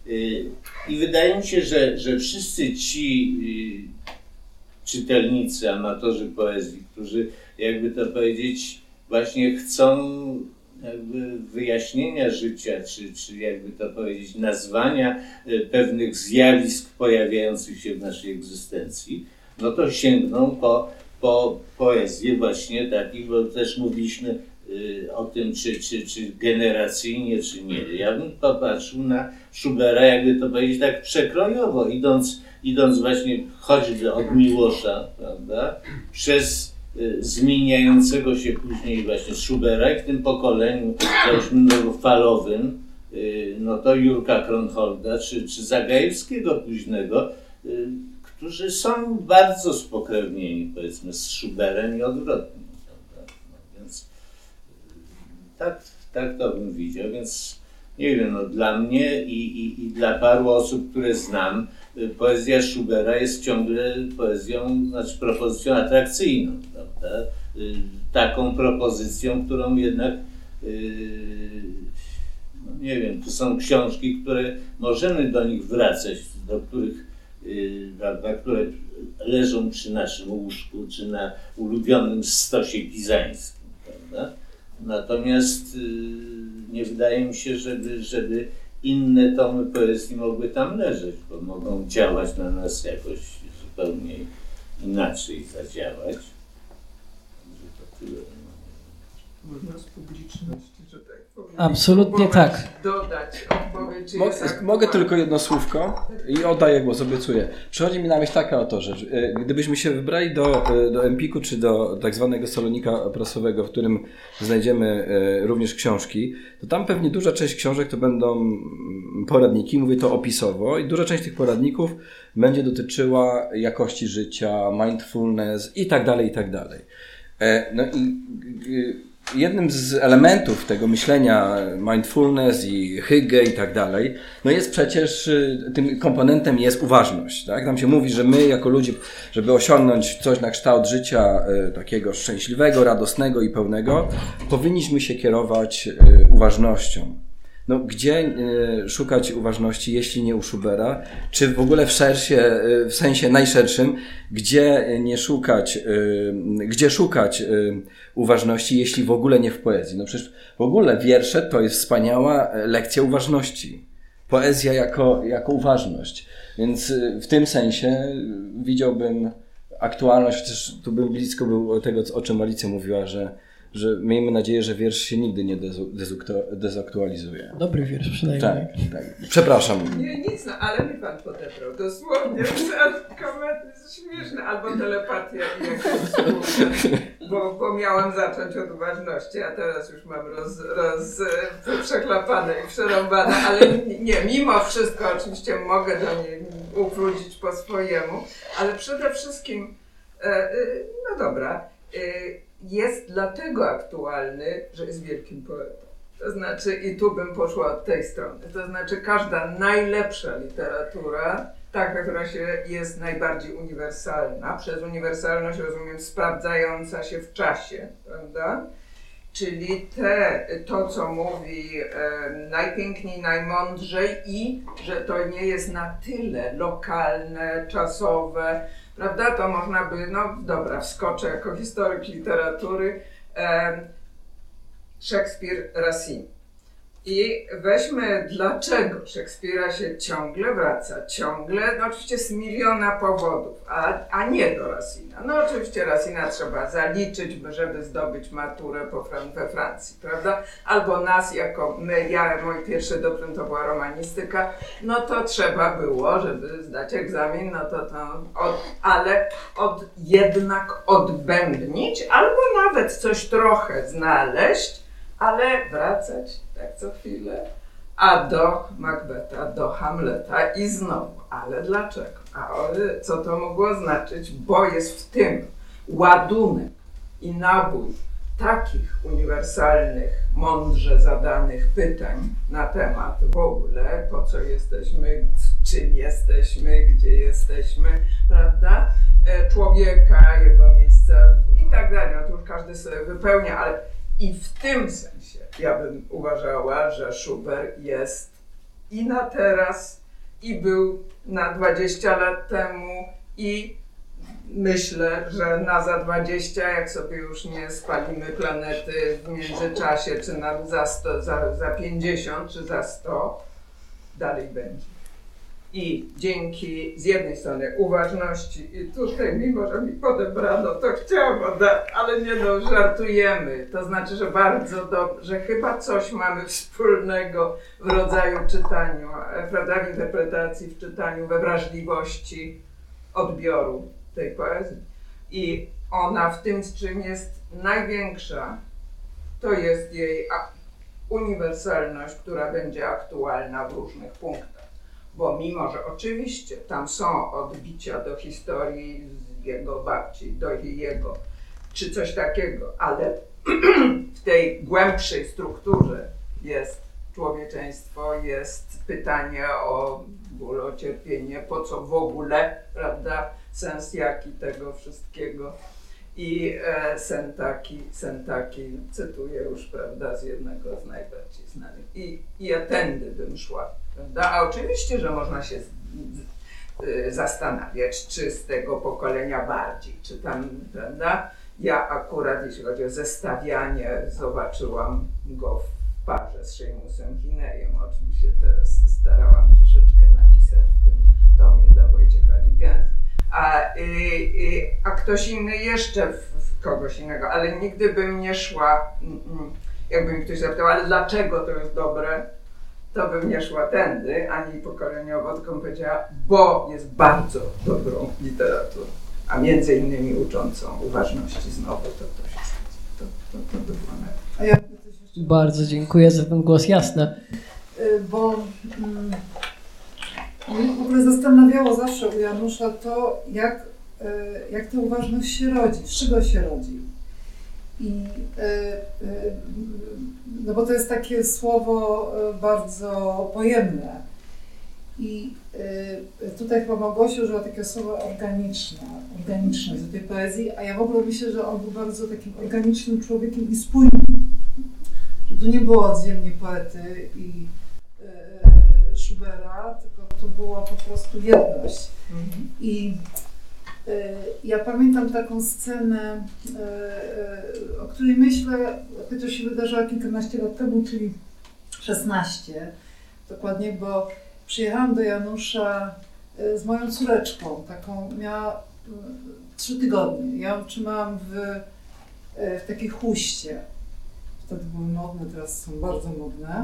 [SPEAKER 5] I wydaje mi się, że wszyscy ci czytelnicy, amatorzy poezji, którzy, jakby to powiedzieć, właśnie chcą jakby wyjaśnienia życia, czy jakby to powiedzieć, nazwania pewnych zjawisk pojawiających się w naszej egzystencji, no to sięgną po poezję właśnie takich, bo też mówiliśmy o tym, czy generacyjnie, czy nie. Ja bym popatrzył na Schubera, jakby to powiedzieć, tak przekrojowo, idąc właśnie choćby od Miłosza, prawda, przez zmieniającego się później właśnie Schubera i w tym pokoleniu, załóżmy, falowym, no to Jurka Kronholda, czy Zagajewskiego późnego, którzy są bardzo spokrewnieni, powiedzmy, z Schuberem i odwrotnie. Prawda? No więc tak to bym widział, więc nie wiem, no dla mnie i dla paru osób, które znam, poezja Schubera jest ciągle poezją, znaczy propozycją atrakcyjną, prawda? Taką propozycją, którą jednak, no nie wiem, to są książki, które możemy do nich wracać, do których, prawda, które leżą przy naszym łóżku, czy na ulubionym stosie pizańskim, prawda? Natomiast nie wydaje mi się, żeby inne tomy poezji mogły tam leżeć, bo mogą działać na nas jakoś zupełnie inaczej zadziałać. Także to tyle.
[SPEAKER 6] Można z publiczności, że tak powiem.
[SPEAKER 1] Absolutnie tak.
[SPEAKER 6] Dodać odpowiedź.
[SPEAKER 2] Mogę tylko jedno słówko i oddaję głos, obiecuję. Przychodzi mi na myśl taka oto rzecz. Gdybyśmy się wybrali do Empiku, czy do tak zwanego salonika prasowego, w którym znajdziemy również książki, to tam pewnie duża część książek to będą poradniki, mówię to opisowo, i duża część tych poradników będzie dotyczyła jakości życia, mindfulness i tak dalej, i tak dalej. No i jednym z elementów tego myślenia mindfulness i hygge i tak dalej, no jest przecież, tym komponentem jest uważność, tak? Tam się mówi, że my jako ludzie, żeby osiągnąć coś na kształt życia takiego szczęśliwego, radosnego i pełnego, powinniśmy się kierować uważnością. No, gdzie szukać uważności, jeśli nie u Schubera? Czy w ogóle w sensie najszerszym, gdzie szukać uważności, jeśli w ogóle nie w poezji? No przecież w ogóle wiersze to jest wspaniała lekcja uważności. Poezja jako uważność. Więc w tym sensie widziałbym aktualność, chociaż tu bym blisko był tego, o czym Alicja mówiła, że że miejmy nadzieję, że wiersz się nigdy nie dezaktualizuje.
[SPEAKER 1] Dobry wiersz przynajmniej.
[SPEAKER 2] Tak. Przepraszam.
[SPEAKER 6] Nie, nic, no, ale mi pan podebrał. Dosłownie. Komentarz jest śmieszny. Albo telepatia i jakaś spółka. Bo miałam zacząć od uważności, a teraz już mam przeklapane i przerąbane, ale nie, mimo wszystko oczywiście mogę do niej uchwycić po swojemu, ale przede wszystkim, no dobra, jest dlatego aktualny, że jest wielkim poetą. To znaczy, i tu bym poszła od tej strony, to znaczy każda najlepsza literatura, taka, która jest najbardziej uniwersalna, przez uniwersalność rozumiem sprawdzająca się w czasie, prawda? Czyli to, co mówi najpiękniej, najmądrzej i że to nie jest na tyle lokalne, czasowe, prawda? To można by, no dobra, wskoczę jako historyk literatury, Szekspir, Racine. I weźmy, dlaczego Szekspira się ciągle wraca, no oczywiście z miliona powodów, a nie do Racina. No oczywiście Racina trzeba zaliczyć, żeby zdobyć maturę we Francji, prawda? Albo nas jako mój pierwszy dyplom to była romanistyka, no to trzeba było, żeby zdać egzamin, no to ale jednak odbębnić, albo nawet coś trochę znaleźć, ale wracać tak co chwilę, a do Macbeta, do Hamleta i znowu. Ale dlaczego? Co to mogło znaczyć? Bo jest w tym ładunek i nabój takich uniwersalnych, mądrze zadanych pytań na temat w ogóle, po co jesteśmy, czym jesteśmy, gdzie jesteśmy, prawda? Człowieka, jego miejsca i tak dalej. No to już każdy sobie wypełnia, ale i w tym sensie ja bym uważała, że Schubert jest i na teraz, i był na 20 lat temu, i myślę, że na za 20, jak sobie już nie spalimy planety w międzyczasie, czy za 50, czy za 100, dalej będzie. I dzięki z jednej strony uważności, i tutaj mimo, że mi podebrano, to chciałam oddać, ale nie no, żartujemy. To znaczy, że bardzo dobrze, chyba coś mamy wspólnego w rodzaju czytaniu, prawda, w interpretacji, w czytaniu, we wrażliwości odbioru tej poezji. I ona w tym, z czym jest największa, to jest jej uniwersalność, która będzie aktualna w różnych punktach. Bo mimo, że oczywiście tam są odbicia do historii z jego babci, do jego, czy coś takiego, ale w tej głębszej strukturze jest człowieczeństwo, jest pytanie o ból, o cierpienie, po co w ogóle, prawda, sens jaki tego wszystkiego. I Sentaki, cytuję już, prawda, z jednego z najbardziej znanych. I ja tędy bym szła, prawda? A oczywiście, że można się zastanawiać, czy z tego pokolenia bardziej, czy tam, prawda? Ja akurat, jeśli chodzi o zestawianie, zobaczyłam go w parze z Seamusem Hinejem, o czym się teraz starałam troszeczkę napisać w tym tomie dla Wojciecha Ligenzy. A ktoś inny jeszcze w kogoś innego, ale nigdy bym nie szła, jakby mi ktoś zapytał, ale dlaczego to jest dobre, to bym nie szła tędy, ani pokoleniowo, tylko bym powiedziała, bo jest bardzo dobrą literaturą, a między innymi uczącą uważności znowu, to by było najlepiej.
[SPEAKER 1] Bardzo dziękuję za ten głos, jasne.
[SPEAKER 7] Bo mnie w ogóle zastanawiało zawsze u Janusza to, jak ta uważność się rodzi, z czego się rodzi. I no bo to jest takie słowo bardzo pojemne. I tutaj chyba Małgosia użyła takiego słowa organiczność do tej poezji, a ja w ogóle myślę, że on był bardzo takim organicznym człowiekiem i spójnym. Że tu nie było oddzielnie poety i Schuberta, tylko to była po prostu jedność. I ja pamiętam taką scenę, o której myślę, chociaż się wydarzyła kilkanaście lat temu, czyli 16 dokładnie, bo przyjechałam do Janusza z moją córeczką, taką miała 3 tygodnie. Ja ją trzymałam w w takiej chuście. Wtedy były modne, teraz są bardzo modne.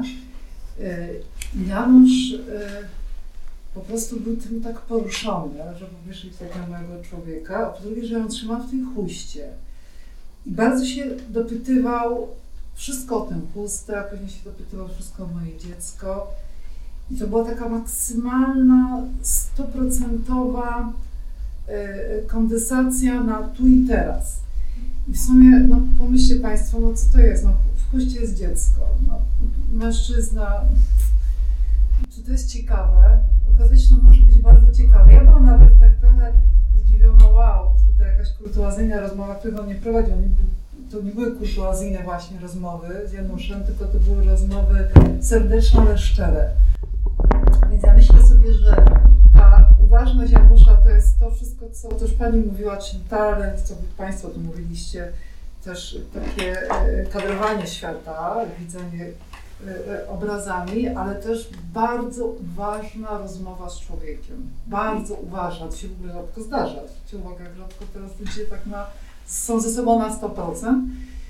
[SPEAKER 7] Janusz po prostu był tym tak poruszony, że po pierwsze takiego małego człowieka, a po drugie, że on trzymał w tej chuście. I bardzo się dopytywał wszystko o tę chustę, a później się dopytywał wszystko o moje dziecko. I to była taka maksymalna, 100% kondensacja na tu i teraz. I w sumie, no pomyślcie Państwo, no co to jest? No w chuście jest dziecko, no, mężczyzna. Czy to jest ciekawe? Okazuje się, że to może być bardzo ciekawe. Ja byłam nawet tak trochę zdziwiona, wow, tutaj jakaś kurtuazyjna rozmowa, którego on nie prowadził. To nie były kurtuazyjne właśnie rozmowy z Januszem, tylko to były rozmowy serdeczne, ale szczere. Więc ja myślę sobie, że ta uważność Janusza to jest to wszystko, co też Pani mówiła, czyli talent, co Państwo tu mówiliście, też takie kadrowanie świata, widzenie obrazami, ale też bardzo uważna rozmowa z człowiekiem. Bardzo uważna, to się w ogóle rzadko zdarza. Zwróćcie uwagę, jak rzadko teraz ludzie tak są ze sobą na 100%.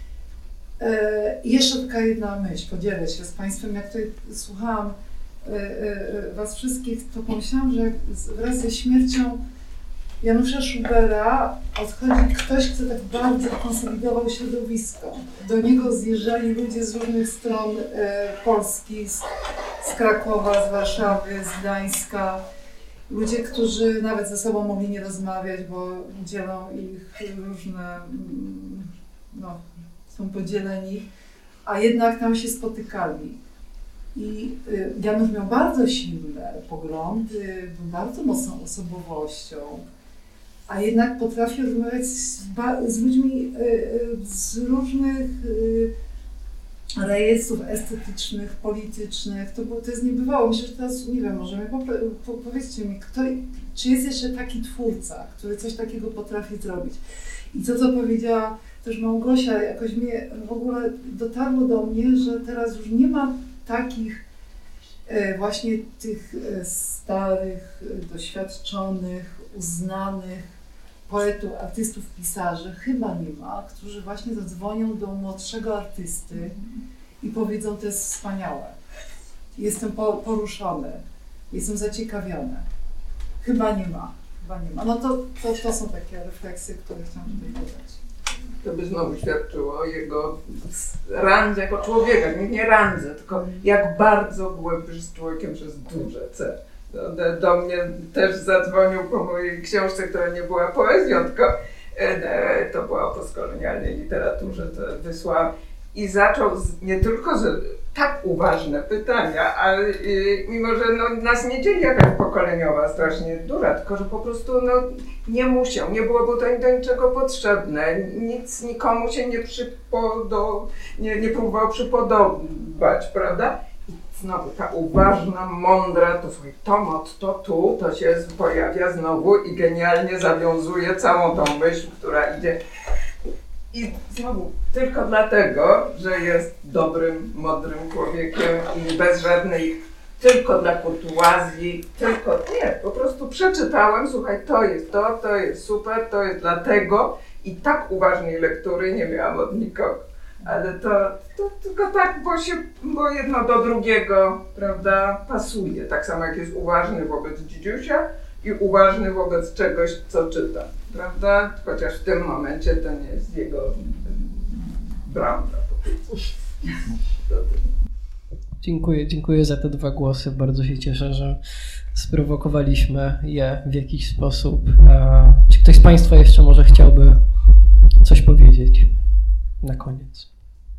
[SPEAKER 7] I jeszcze taka jedna myśl, podzielę się z Państwem, jak tutaj słuchałam Was wszystkich, to pomyślałam, że wraz ze śmiercią Janusza Schubera odchodzi ktoś, kto tak bardzo konsolidował środowisko. Do niego zjeżdżali ludzie z różnych stron Polski, z Krakowa, z Warszawy, z Gdańska. Ludzie, którzy nawet ze sobą mogli nie rozmawiać, bo dzielą ich różne, no, są podzieleni, a jednak tam się spotykali. I Janusz miał bardzo silne poglądy, był bardzo mocną osobowością, a jednak potrafił rozmawiać z ludźmi z różnych rejestrów estetycznych, politycznych. To jest niebywałe. Myślę, że teraz, nie wiem, może powiedzcie mi, czy jest jeszcze taki twórca, który coś takiego potrafi zrobić. I to, co powiedziała też Małgosia, jakoś mnie w ogóle dotarło do mnie, że teraz już nie ma takich właśnie tych starych, doświadczonych, uznanych poetów, artystów, pisarzy, chyba nie ma, którzy właśnie zadzwonią do młodszego artysty i powiedzą, to jest wspaniałe. Jestem poruszony, jestem zaciekawiony. Chyba nie ma. No to są takie refleksje, które chciałam tutaj dodać.
[SPEAKER 6] To by znowu świadczyło o jego randze jako człowieka, nie randze, tylko jak bardzo głębisz z człowiekiem przez duże C. Do mnie też zadzwonił po mojej książce, która nie była poezją, tylko to była o postkolonialnej literaturze, to wysłał i zaczął nie tylko tak uważne pytania, ale mimo, że nas nie dzieli jakaś pokoleniowa strasznie duża, tylko że po prostu nie musiał, nie byłoby to do niczego potrzebne, nic nikomu się nie próbował przypodobać, prawda? I znowu ta uważna, mądra, to się pojawia znowu i genialnie zawiązuje całą tą myśl, która idzie. I znowu tylko dlatego, że jest dobrym, mądrym człowiekiem i bez żadnej, tylko dla kurtuazji, po prostu przeczytałem, słuchaj, to jest super, to jest dlatego i tak uważnej lektury nie miałam od nikogo. Ale to tylko tak, bo jedno do drugiego, prawda, pasuje. Tak samo jak jest uważny wobec dzidziusia i uważny wobec czegoś, co czyta, prawda? Chociaż w tym momencie to nie jest jego bramka.
[SPEAKER 1] Dziękuję za te dwa głosy. Bardzo się cieszę, że sprowokowaliśmy je w jakiś sposób. Czy ktoś z Państwa jeszcze może chciałby coś powiedzieć na koniec?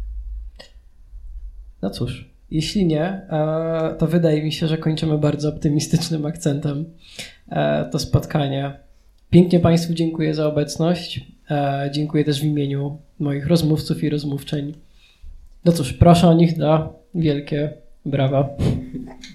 [SPEAKER 1] No cóż, jeśli nie, to wydaje mi się, że kończymy bardzo optymistycznym akcentem to spotkanie. Pięknie Państwu dziękuję za obecność. Dziękuję też w imieniu moich rozmówców i rozmówczyń. No cóż, proszę o nich dla wielkie brawa.